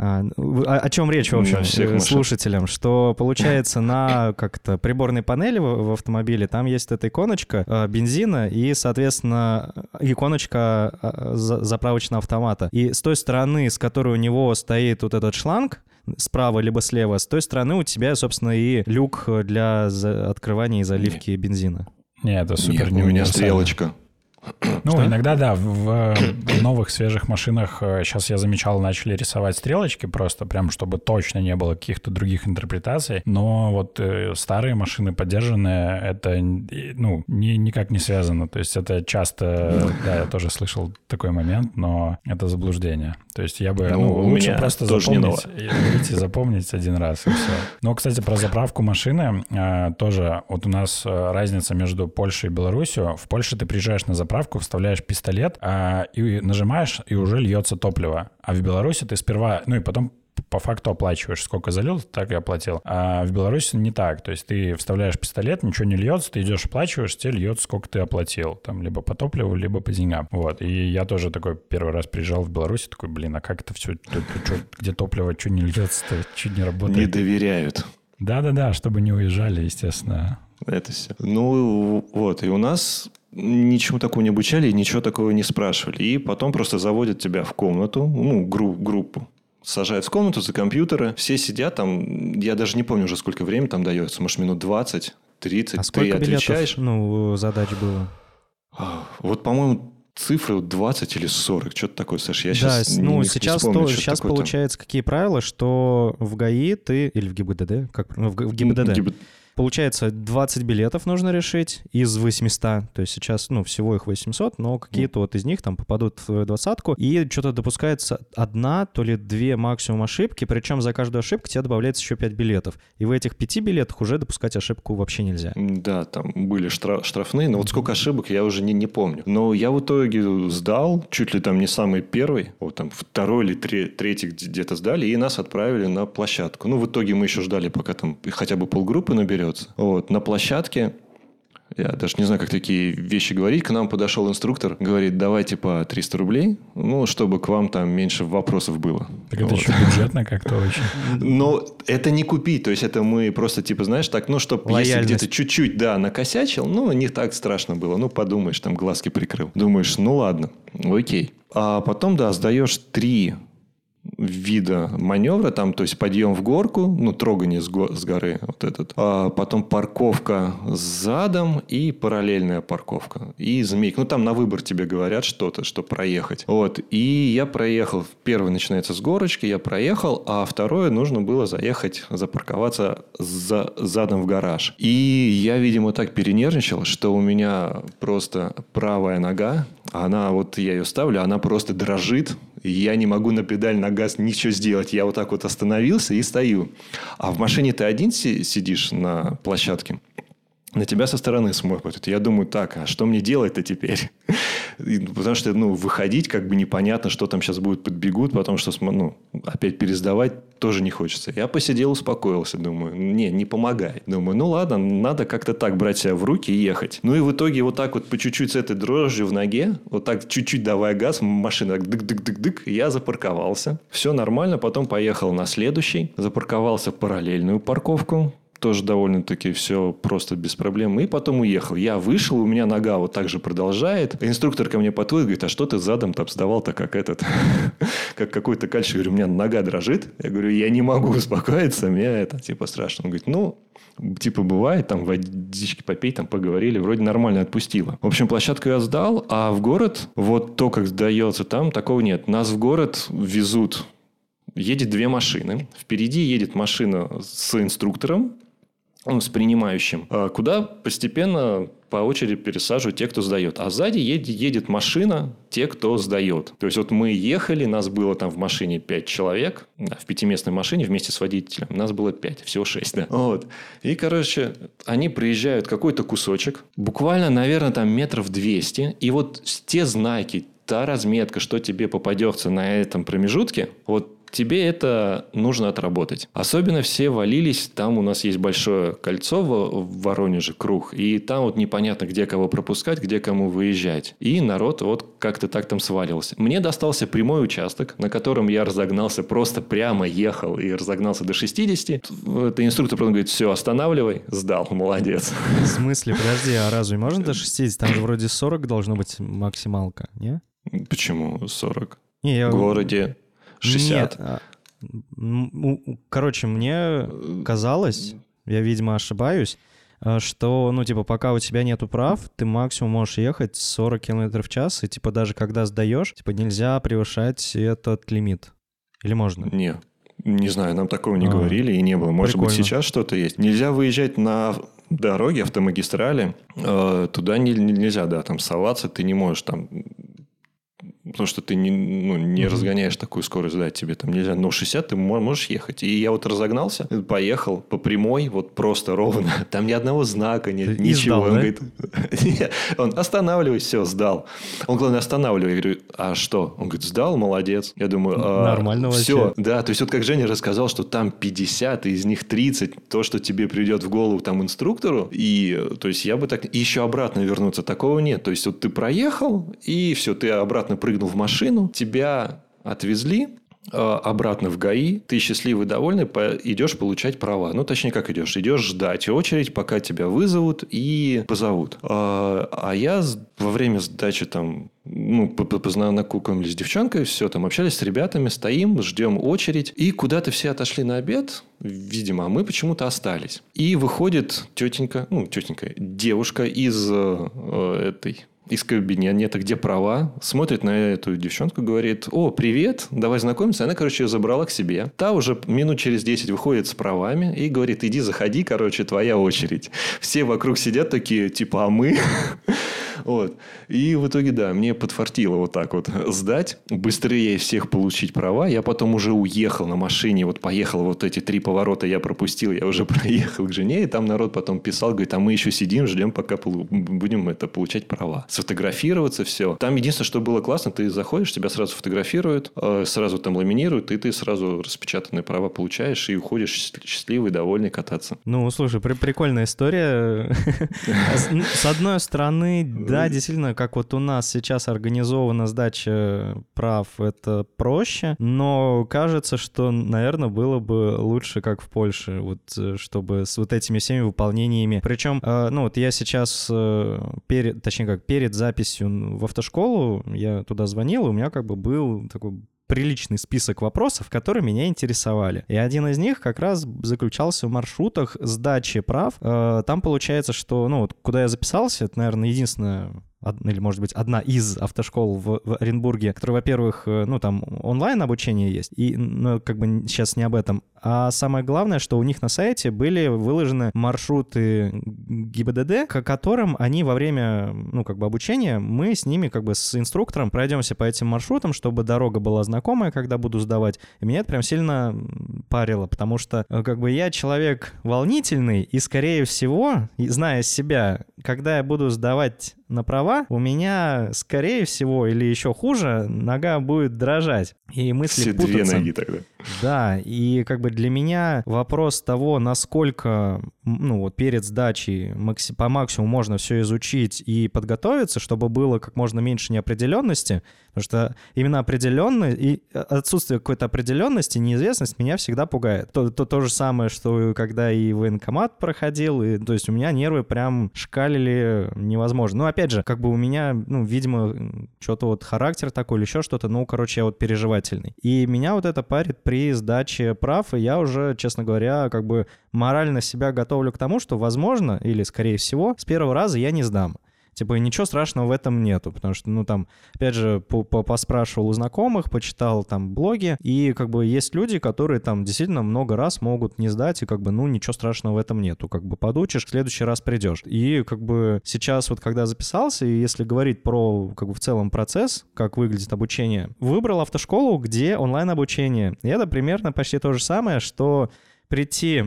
О чем речь, в общем, слушателям? Что получается на как-то приборной панели в автомобиле там есть эта иконочка бензина и, соответственно, иконочка заправочного автомата. И с той стороны, с которой у него стоит вот этот шланг, справа либо слева, с той стороны у тебя, собственно, и люк для открывания и заливки бензина. Нет, это супер. Нет, у меня стрелочка. Ну, что? Иногда, да, в новых свежих машинах сейчас я замечал, начали рисовать стрелочки просто, прям чтобы точно не было каких-то других интерпретаций. Но вот старые машины поддержанные, это, ну, никак не связано. То есть это часто, да, я тоже слышал такой момент, но это заблуждение. То есть я бы лучше просто запомнить один раз и все. Но, кстати, про заправку машины тоже вот у нас разница между Польшей и Беларусью. В Польше ты приезжаешь на заправку, вставляешь пистолет и нажимаешь, и уже льется топливо. А в Беларуси ты сперва, ну и потом по факту оплачиваешь. Сколько залил, так и оплатил. А в Беларуси не так. То есть ты вставляешь пистолет, ничего не льется, ты идешь оплачиваешь, тебе льется, сколько ты оплатил. Там либо по топливу, либо по деньгам. Вот. И я тоже такой первый раз приезжал в Беларусь, такой, блин, а как это все? Где топливо, что не льется-то, что не работает? Не доверяют. Да-да-да, чтобы не уезжали, естественно. Это все. Ну, вот. И у нас ничему такому не обучали, ничего такого не спрашивали. И потом просто заводят тебя в комнату, ну, группу. Сажают в комнату за компьютеры. Все сидят там, я даже не помню уже, сколько времени там дается. Может, минут 20, 30. А сколько ты отвечаешь. билетов, задач было? Вот, по-моему, цифры 20 или 40. Что-то такое, Саш. Я сейчас не сейчас сейчас получается, какие правила, что в ГАИ ты... Или в ГИБДД? В ГИБДД. Получается, 20 билетов нужно решить из 800. То есть сейчас, всего их 800, но какие-то вот из них там попадут в двадцатку. И что-то допускается 1, то ли 2 максимум ошибки. Причем за каждую ошибку тебе добавляется еще 5 билетов. И в этих 5 билетах уже допускать ошибку вообще нельзя. Да, там были штрафные, но вот сколько ошибок я уже не помню. Но я в итоге сдал, чуть ли там не самый первый, вот там второй или третий где-то сдали, и нас отправили на площадку. В итоге мы еще ждали, пока там хотя бы полгруппы наберется. Вот, на площадке, я даже не знаю, как такие вещи говорить, к нам подошел инструктор, говорит, давайте по 300 рублей, чтобы к вам там меньше вопросов было. Так это еще бюджетно как-то очень. Но это не купить, то есть это мы просто, знаешь, так, чтобы если где-то чуть-чуть, накосячил, не так страшно было, подумаешь, там глазки прикрыл. Думаешь, ладно, окей. А потом, сдаешь 3 вида маневра, там, то есть подъем в горку, трогание с горы, вот этот, а потом парковка задом и параллельная парковка. И змейка. Там на выбор тебе говорят что-то, что проехать. Вот. И я проехал. Первый начинается с горочки, я проехал, а второе нужно было запарковаться задом в гараж. И я, видимо, так перенервничал, что у меня просто правая нога, я ее ставлю, она просто дрожит. Я не могу на педаль, на газ ничего сделать. Я вот так вот остановился и стою. А в машине ты один сидишь на площадке. На тебя со стороны смотрят. Я думаю, так, а что мне делать-то теперь? Потому что, выходить как бы непонятно, что там сейчас будет, подбегут, потом что, опять пересдавать тоже не хочется. Я посидел, успокоился, думаю, не помогает. Думаю, ладно, надо как-то так брать себя в руки и ехать. И в итоге вот так вот по чуть-чуть с этой дрожью в ноге, вот так чуть-чуть давая газ, машина так дык-дык-дык-дык, я запарковался. Все нормально, потом поехал на следующий, запарковался в параллельную парковку. Тоже довольно-таки все просто без проблем. И потом уехал. Я вышел, у меня нога вот так же продолжает. Инструктор ко мне подходит, говорит, а что ты задом там сдавал-то как как какой-то кальчик? Я говорю, у меня нога дрожит. Я говорю, я не могу успокоиться, мне это страшно. Он говорит, бывает, там водички попей, там поговорили, вроде нормально отпустило. В общем, площадку я сдал, а в город, вот то, как сдается там, такого нет. Нас в город везут. Едет 2 машины. Впереди едет машина с инструктором, с принимающим, куда постепенно по очереди пересаживают те, кто сдает. А сзади едет машина, те, кто сдает. То есть, вот мы ехали, нас было там в машине 5 человек, в 5-местной машине вместе с водителем. Нас было 5, всего 6, да. Вот. И, они проезжают какой-то кусочек, буквально, наверное, там метров 200. И вот те знаки, та разметка, что тебе попадется на этом промежутке, вот тебе это нужно отработать. Особенно все валились. Там у нас есть большое кольцо в Воронеже, круг. И там вот непонятно, где кого пропускать, где кому выезжать. И народ вот как-то так там сваливался. Мне достался прямой участок, на котором я разогнался, просто прямо ехал и разогнался до 60. Это инструктор просто говорит, все, останавливай. Сдал, молодец. В смысле? Подожди, а разве можно до 60? Там же вроде 40 должно быть максималка, не? Почему 40? В городе 60. Нет. Короче, мне казалось, я, видимо, ошибаюсь, что, пока у тебя нету прав, ты максимум можешь ехать 40 км в час, и, даже когда сдаешь, нельзя превышать этот лимит. Или можно? Не знаю, нам такого не говорили и не было. Может быть, сейчас что-то есть. Нельзя выезжать на дороги, автомагистрали. Туда нельзя, там соваться, ты не можешь там потому что ты не разгоняешь такую скорость, да, тебе там нельзя, но 60 ты можешь ехать. И я вот разогнался, поехал по прямой, вот просто ровно. Там ни одного знака нет, ты ничего. Сдал, он да? говорит, он, останавливай, все, сдал. Он, главное, останавливай. Я говорю, а что? Он говорит, сдал, молодец. Я думаю, нормально все. вообще. Да, то есть вот как Женя рассказал, что там 50, и из них 30, то, что тебе придет в голову там инструктору, и то есть я бы так... И еще обратно вернуться, такого нет. То есть вот ты проехал, и все, ты обратно прыгнул в машину, тебя отвезли обратно в ГАИ, ты счастливый, довольный, идешь получать права. Ну, точнее, как идешь? Идешь ждать очередь, пока тебя вызовут и позовут. А я во время сдачи там, познакомились с девчонкой, все, там общались с ребятами, стоим, ждем очередь. И куда-то все отошли на обед, видимо, а мы почему-то остались. И выходит девушка из кабинета, где права, смотрит на эту девчонку, говорит, о, привет, давай знакомиться. Она, ее забрала к себе. Та уже минут через 10 выходит с правами и говорит, иди, заходи, твоя очередь. Все вокруг сидят такие, типа, а мы... Вот. И в итоге, да, мне подфартило вот так вот сдать, быстрее всех получить права. Я потом уже уехал на машине, поехал эти 3 поворота я пропустил, я уже проехал к жене, и там народ потом писал, говорит, а мы еще сидим, ждем, пока будем получать права. Сфотографироваться, все. Там единственное, что было классно, ты заходишь, тебя сразу фотографируют, сразу там ламинируют, и ты сразу распечатанные права получаешь и уходишь счастливый, довольный кататься. Ну, слушай, прикольная история. С одной стороны, да, действительно, как вот у нас сейчас организована сдача прав, это проще, но кажется, что, наверное, было бы лучше, как в Польше, чтобы с этими всеми выполнениями. Причем, я сейчас перед записью в автошколу, я туда звонил, и у меня был такой приличный список вопросов, которые меня интересовали. И один из них как раз заключался в маршрутах сдачи прав. Там получается, что, куда я записался, это, наверное, единственная или, может быть, одна из автошкол в Оренбурге, которая, во-первых, там онлайн-обучение есть, и, сейчас не об этом. А самое главное, что у них на сайте были выложены маршруты ГИБДД, к которым они во время, обучения, мы с ними, с инструктором пройдемся по этим маршрутам, чтобы дорога была знакомая, когда буду сдавать. И меня это прям сильно парило, потому что, я человек волнительный, и, скорее всего, зная себя, когда я буду сдавать на права, у меня, скорее всего, или еще хуже, нога будет дрожать. И мысли все путаться. 2 ноги тогда. Да, и для меня вопрос того, насколько, перед сдачей по максимуму можно все изучить и подготовиться, чтобы было как можно меньше неопределенности, потому что именно определенность и отсутствие какой-то определенности, неизвестность меня всегда пугает. То же самое, что когда и военкомат проходил, и, то есть у меня нервы прям шкалили невозможно. Ну, опять же, у меня, видимо, что-то характер такой или еще что-то, я переживательный. И меня это парит при сдаче прав, и я уже, честно говоря, морально себя готовлю к тому, что, возможно, или, скорее всего, с первого раза я не сдам. Ничего страшного в этом нету, потому что, опять же, поспрашивал у знакомых, почитал блоги, и, есть люди, которые действительно много раз могут не сдать, и, ничего страшного в этом нету. Подучишь, в следующий раз придешь. И, сейчас когда записался, и если говорить про, в целом процесс, как выглядит обучение, выбрал автошколу, где онлайн-обучение. И это примерно почти то же самое, что прийти...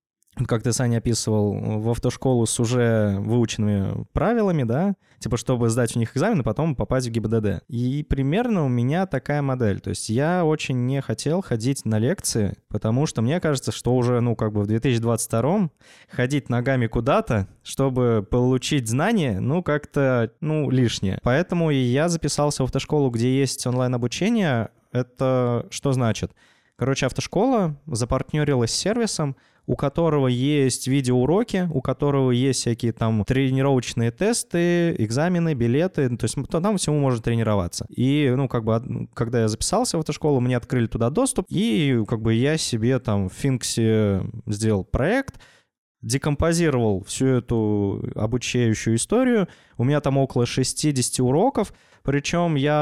как ты, Саня, описывал, в автошколу с уже выученными правилами, да, чтобы сдать у них экзамен, и потом попасть в ГИБДД. И примерно у меня такая модель. То есть я очень не хотел ходить на лекции, потому что мне кажется, что уже, в 2022 ходить ногами куда-то, чтобы получить знания, как-то, лишнее. Поэтому я записался в автошколу, где есть онлайн-обучение. Это что значит? Автошкола запартнерилась с сервисом, у которого есть видеоуроки, у которого есть всякие тренировочные тесты, экзамены, билеты, то есть там всему можно тренироваться. И, когда я записался в эту школу, мне открыли туда доступ, и я себе в Финксе сделал проект, декомпозировал всю эту обучающую историю. У меня около 60 уроков, причем я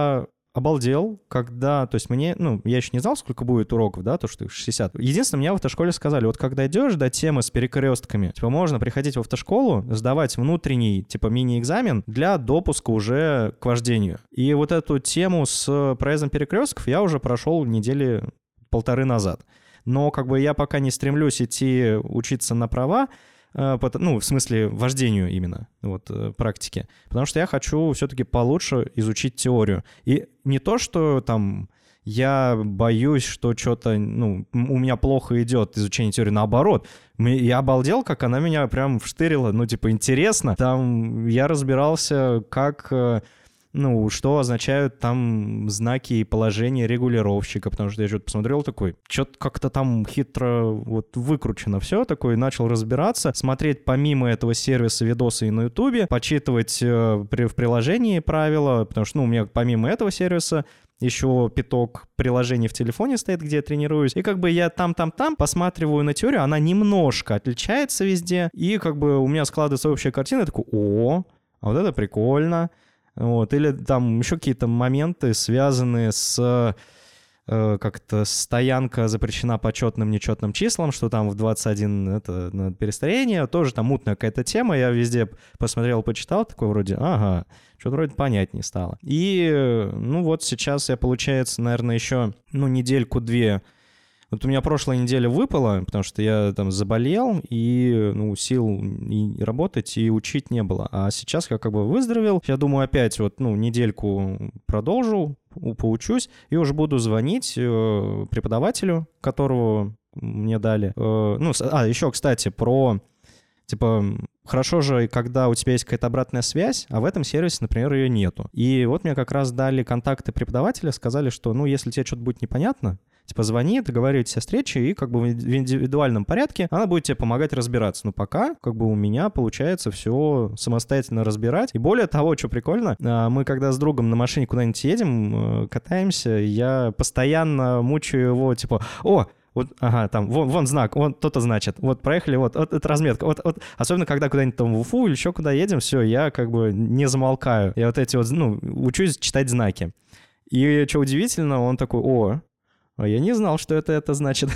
обалдел, когда, то есть мне, я еще не знал, сколько будет уроков, да, то, что их 60. Единственное, мне в автошколе сказали, вот когда идешь до темы с перекрестками, типа можно приходить в автошколу, сдавать внутренний, типа мини-экзамен для допуска уже к вождению. И вот эту тему с проездом перекрестков я уже прошел недели 1.5 назад. Но как бы я пока не стремлюсь идти учиться на права, в смысле вождению именно, вот, практики. Потому что я хочу все-таки получше изучить теорию. И не то, что там я боюсь, что что-то, у меня плохо идет изучение теории, наоборот. Я обалдел, как она меня прям вштырила, интересно. Там я разбирался, как... что означают там знаки и положения регулировщика, потому что я что-то посмотрел такой, что-то как-то там хитро вот выкручено все, такой начал разбираться, смотреть помимо этого сервиса видосы и на Ютубе, почитывать в приложении правила, потому что, у меня помимо этого сервиса еще пяток приложений в телефоне стоит, где я тренируюсь, и как бы я там посматриваю на теорию, она немножко отличается везде, и как бы у меня складывается общая картина, я такой, а вот это прикольно. Вот, или там еще какие-то моменты, связанные с как-то стоянка запрещена по четным, нечетным числам, что там в 21 это на перестроение, тоже там мутная какая-то тема, я везде посмотрел, почитал, такой вроде, ага, что-то вроде понятнее стало. И, вот сейчас я, получается, наверное, еще, недельку-две. Вот у меня прошлая неделя выпала, потому что я там заболел, и, сил и работать, и учить не было. А сейчас я как бы выздоровел. Я думаю, опять недельку продолжу, поучусь, и уже буду звонить преподавателю, которого мне дали. Еще, кстати, про... хорошо же, когда у тебя есть какая-то обратная связь, а в этом сервисе, например, ее нету. И вот мне как раз дали контакты преподавателя, сказали, что, если тебе что-то будет непонятно, звони, договаривайтесь о встрече, и как бы в индивидуальном порядке она будет тебе помогать разбираться. Но пока как бы у меня получается все самостоятельно разбирать. И более того, что прикольно, мы когда с другом на машине куда-нибудь едем, катаемся, я постоянно мучаю его, вот, ага, там, вон знак, вон то-то значит. Вот, проехали, вот это разметка. Вот. Особенно, когда куда-нибудь там в Уфу или еще куда едем, все, я как бы не замолкаю. Я вот эти учусь читать знаки. И что удивительно, он такой, я не знал, что это значит.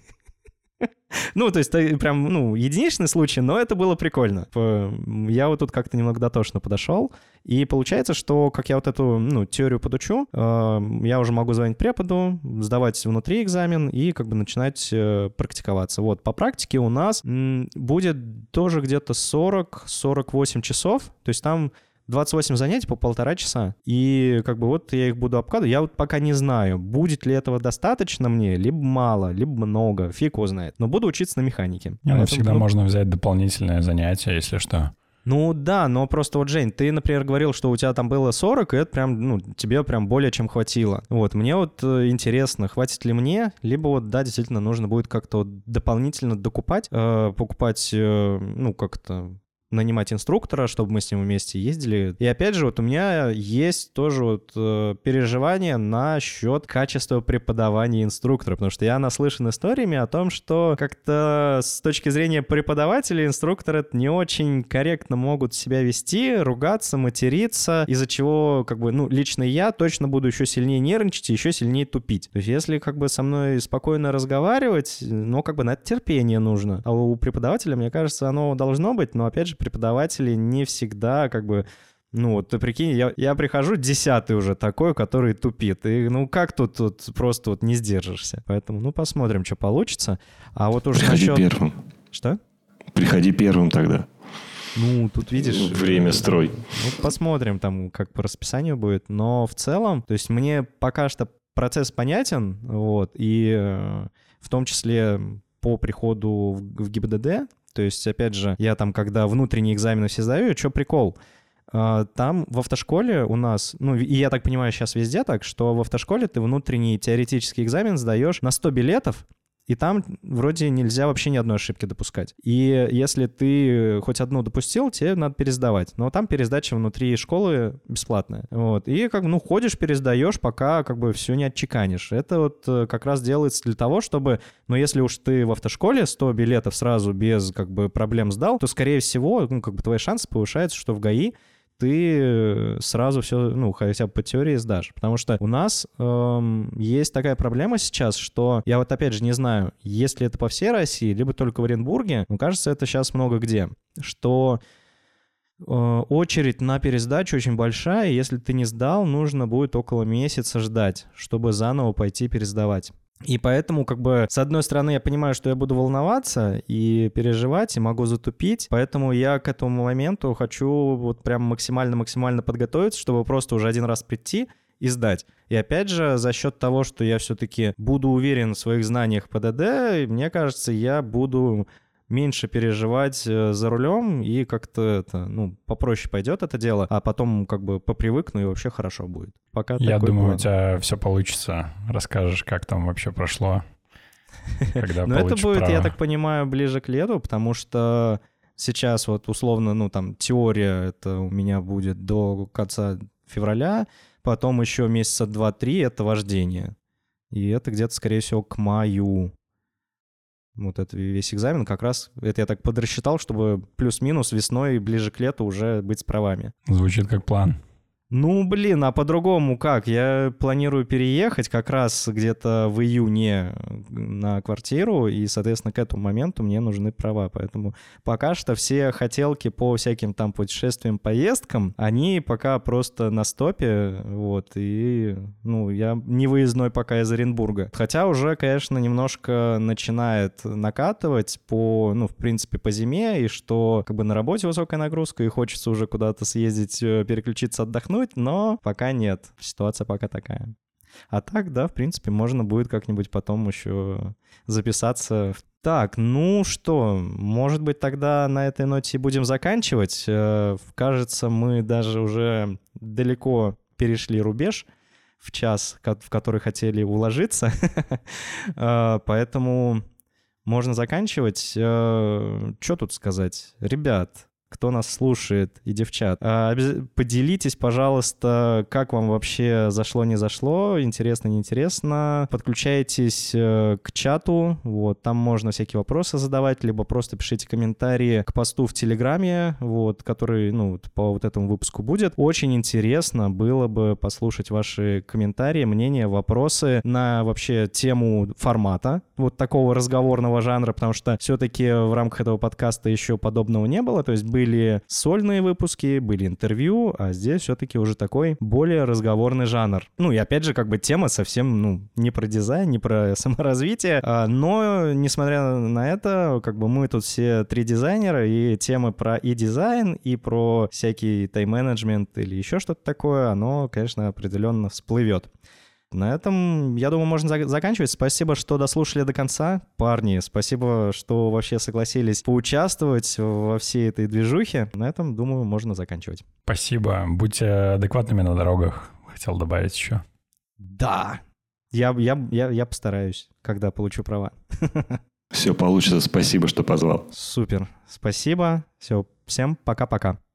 То есть прям, единичный случай, но это было прикольно. Я вот тут как-то немного дотошно подошел, и получается, что как я вот эту, теорию подучу, я уже могу звонить преподу, сдавать внутри экзамен и как бы начинать практиковаться. Вот, по практике у нас будет тоже где-то 40-48 часов, то есть там 28 занятий по 1,5 часа. И как бы вот я их буду обкладывать. Я вот пока не знаю, будет ли этого достаточно мне, либо мало, либо много, фиг его знает. Но буду учиться на механике. Всегда можно взять дополнительное занятие, если что. Да, но просто вот, Жень, ты, например, говорил, что у тебя там было 40, и это прям, тебе прям более чем хватило. Вот, мне вот интересно, хватит ли мне, либо вот, да, действительно нужно будет как-то дополнительно докупать, покупать, как-то... нанимать инструктора, чтобы мы с ним вместе ездили. И опять же, вот у меня есть тоже вот переживания насчет качества преподавания инструктора, потому что я наслышан историями о том, что как-то с точки зрения преподавателя инструкторы не очень корректно могут себя вести, ругаться, материться, из-за чего, как бы, лично я точно буду еще сильнее нервничать и еще сильнее тупить. То есть если как бы со мной спокойно разговаривать, как бы на это терпение нужно. А у преподавателя, мне кажется, оно должно быть, но опять же, преподаватели не всегда как бы... ты прикинь, я прихожу 10-й уже такой, который тупит. И как тут просто вот не сдержишься. Поэтому, посмотрим, что получится. А вот уже Приходи первым. Что? Приходи первым тогда. Тут видишь... Время строй. Посмотрим там, как по расписанию будет. Но в целом, то есть мне пока что процесс понятен, вот, и в том числе по приходу в ГИБДД. То есть, опять же, я там, когда внутренние экзамены все сдаю, что прикол? Там в автошколе у нас, и я так понимаю, сейчас везде так, что в автошколе ты внутренний теоретический экзамен сдаешь на 100 билетов, и там вроде нельзя вообще ни одной ошибки допускать. И если ты хоть одну допустил, тебе надо пересдавать. Но там пересдача внутри школы бесплатная. Вот. И как бы, ходишь, пересдаешь, пока как бы все не отчеканишь. Это вот как раз делается для того, чтобы, если уж ты в автошколе 100 билетов сразу без как бы проблем сдал, то, скорее всего, как бы твои шансы повышаются, что в ГАИ ты сразу все, ну, хотя бы по теории сдашь. Потому что у нас есть такая проблема сейчас, что я вот опять же не знаю, есть ли это по всей России, либо только в Оренбурге, но кажется, это сейчас много где, что очередь на пересдачу очень большая, и если ты не сдал, нужно будет около месяца ждать, чтобы заново пойти пересдавать. И поэтому, как бы, с одной стороны, я понимаю, что я буду волноваться и переживать, и могу затупить, поэтому я к этому моменту хочу вот прям максимально подготовиться, чтобы просто уже один раз прийти и сдать. И опять же, за счет того, что я все-таки буду уверен в своих знаниях по ДД, мне кажется, я буду меньше переживать за рулем, и как-то это, ну, попроще пойдет это дело, а потом как бы попривыкну, и вообще хорошо будет. Пока я думаю, план. У тебя все получится. Расскажешь, как там вообще прошло, когда ну, это будет, право. Я так понимаю, ближе к лету, потому что сейчас вот условно, ну, там, теория это у меня будет до конца февраля, потом еще месяца 2-3 это вождение. И это где-то, скорее всего, к маю. Вот это весь экзамен как раз, это я так подрасчитал, чтобы плюс-минус весной ближе к лету уже быть с правами. Звучит как план. Ну, блин, а по-другому как? Я планирую переехать как раз где-то в июне на квартиру, и, соответственно, к этому моменту мне нужны права. Поэтому пока что все хотелки по всяким там путешествиям, поездкам, они пока просто на стопе, вот, и, ну, я не выездной пока из Оренбурга. Хотя уже, конечно, немножко начинает накатывать по, ну, в принципе, по зиме, и что, как бы, на работе высокая нагрузка, и хочется уже куда-то съездить, переключиться, отдохнуть, но пока нет. Ситуация пока такая. А так, да, в принципе, можно будет как-нибудь потом еще записаться. Так, ну что, может быть, тогда на этой ноте будем заканчивать. Кажется, мы даже уже далеко перешли рубеж в час, в который хотели уложиться. Поэтому можно заканчивать. Что тут сказать? Ребят, кто нас слушает, и девчат, поделитесь, пожалуйста, как вам вообще зашло, не зашло, интересно, неинтересно. Подключайтесь к чату, вот, там можно всякие вопросы задавать, либо просто пишите комментарии к посту в Телеграме, вот, который, ну, по вот этому выпуску будет. Очень интересно было бы послушать ваши комментарии, мнения, вопросы на вообще тему формата вот такого разговорного жанра, потому что все-таки в рамках этого подкаста еще подобного не было, то есть были сольные выпуски, были интервью, а здесь все-таки уже такой более разговорный жанр. Ну и опять же, как бы тема совсем, ну, не про дизайн, не про саморазвитие, но, несмотря на это, как бы мы тут все три дизайнера, и темы про и дизайн, и про всякий тайм-менеджмент или еще что-то такое, оно, конечно, определенно всплывет. На этом, я думаю, можно заканчивать. Спасибо, что дослушали до конца. Парни, спасибо, что вообще согласились поучаствовать во всей этой движухе. На этом, думаю, можно заканчивать. Спасибо. Будьте адекватными на дорогах. Хотел добавить еще. Да. Я постараюсь, когда получу права. Все получится. Спасибо, что позвал. Супер. Спасибо. Все. Всем пока-пока.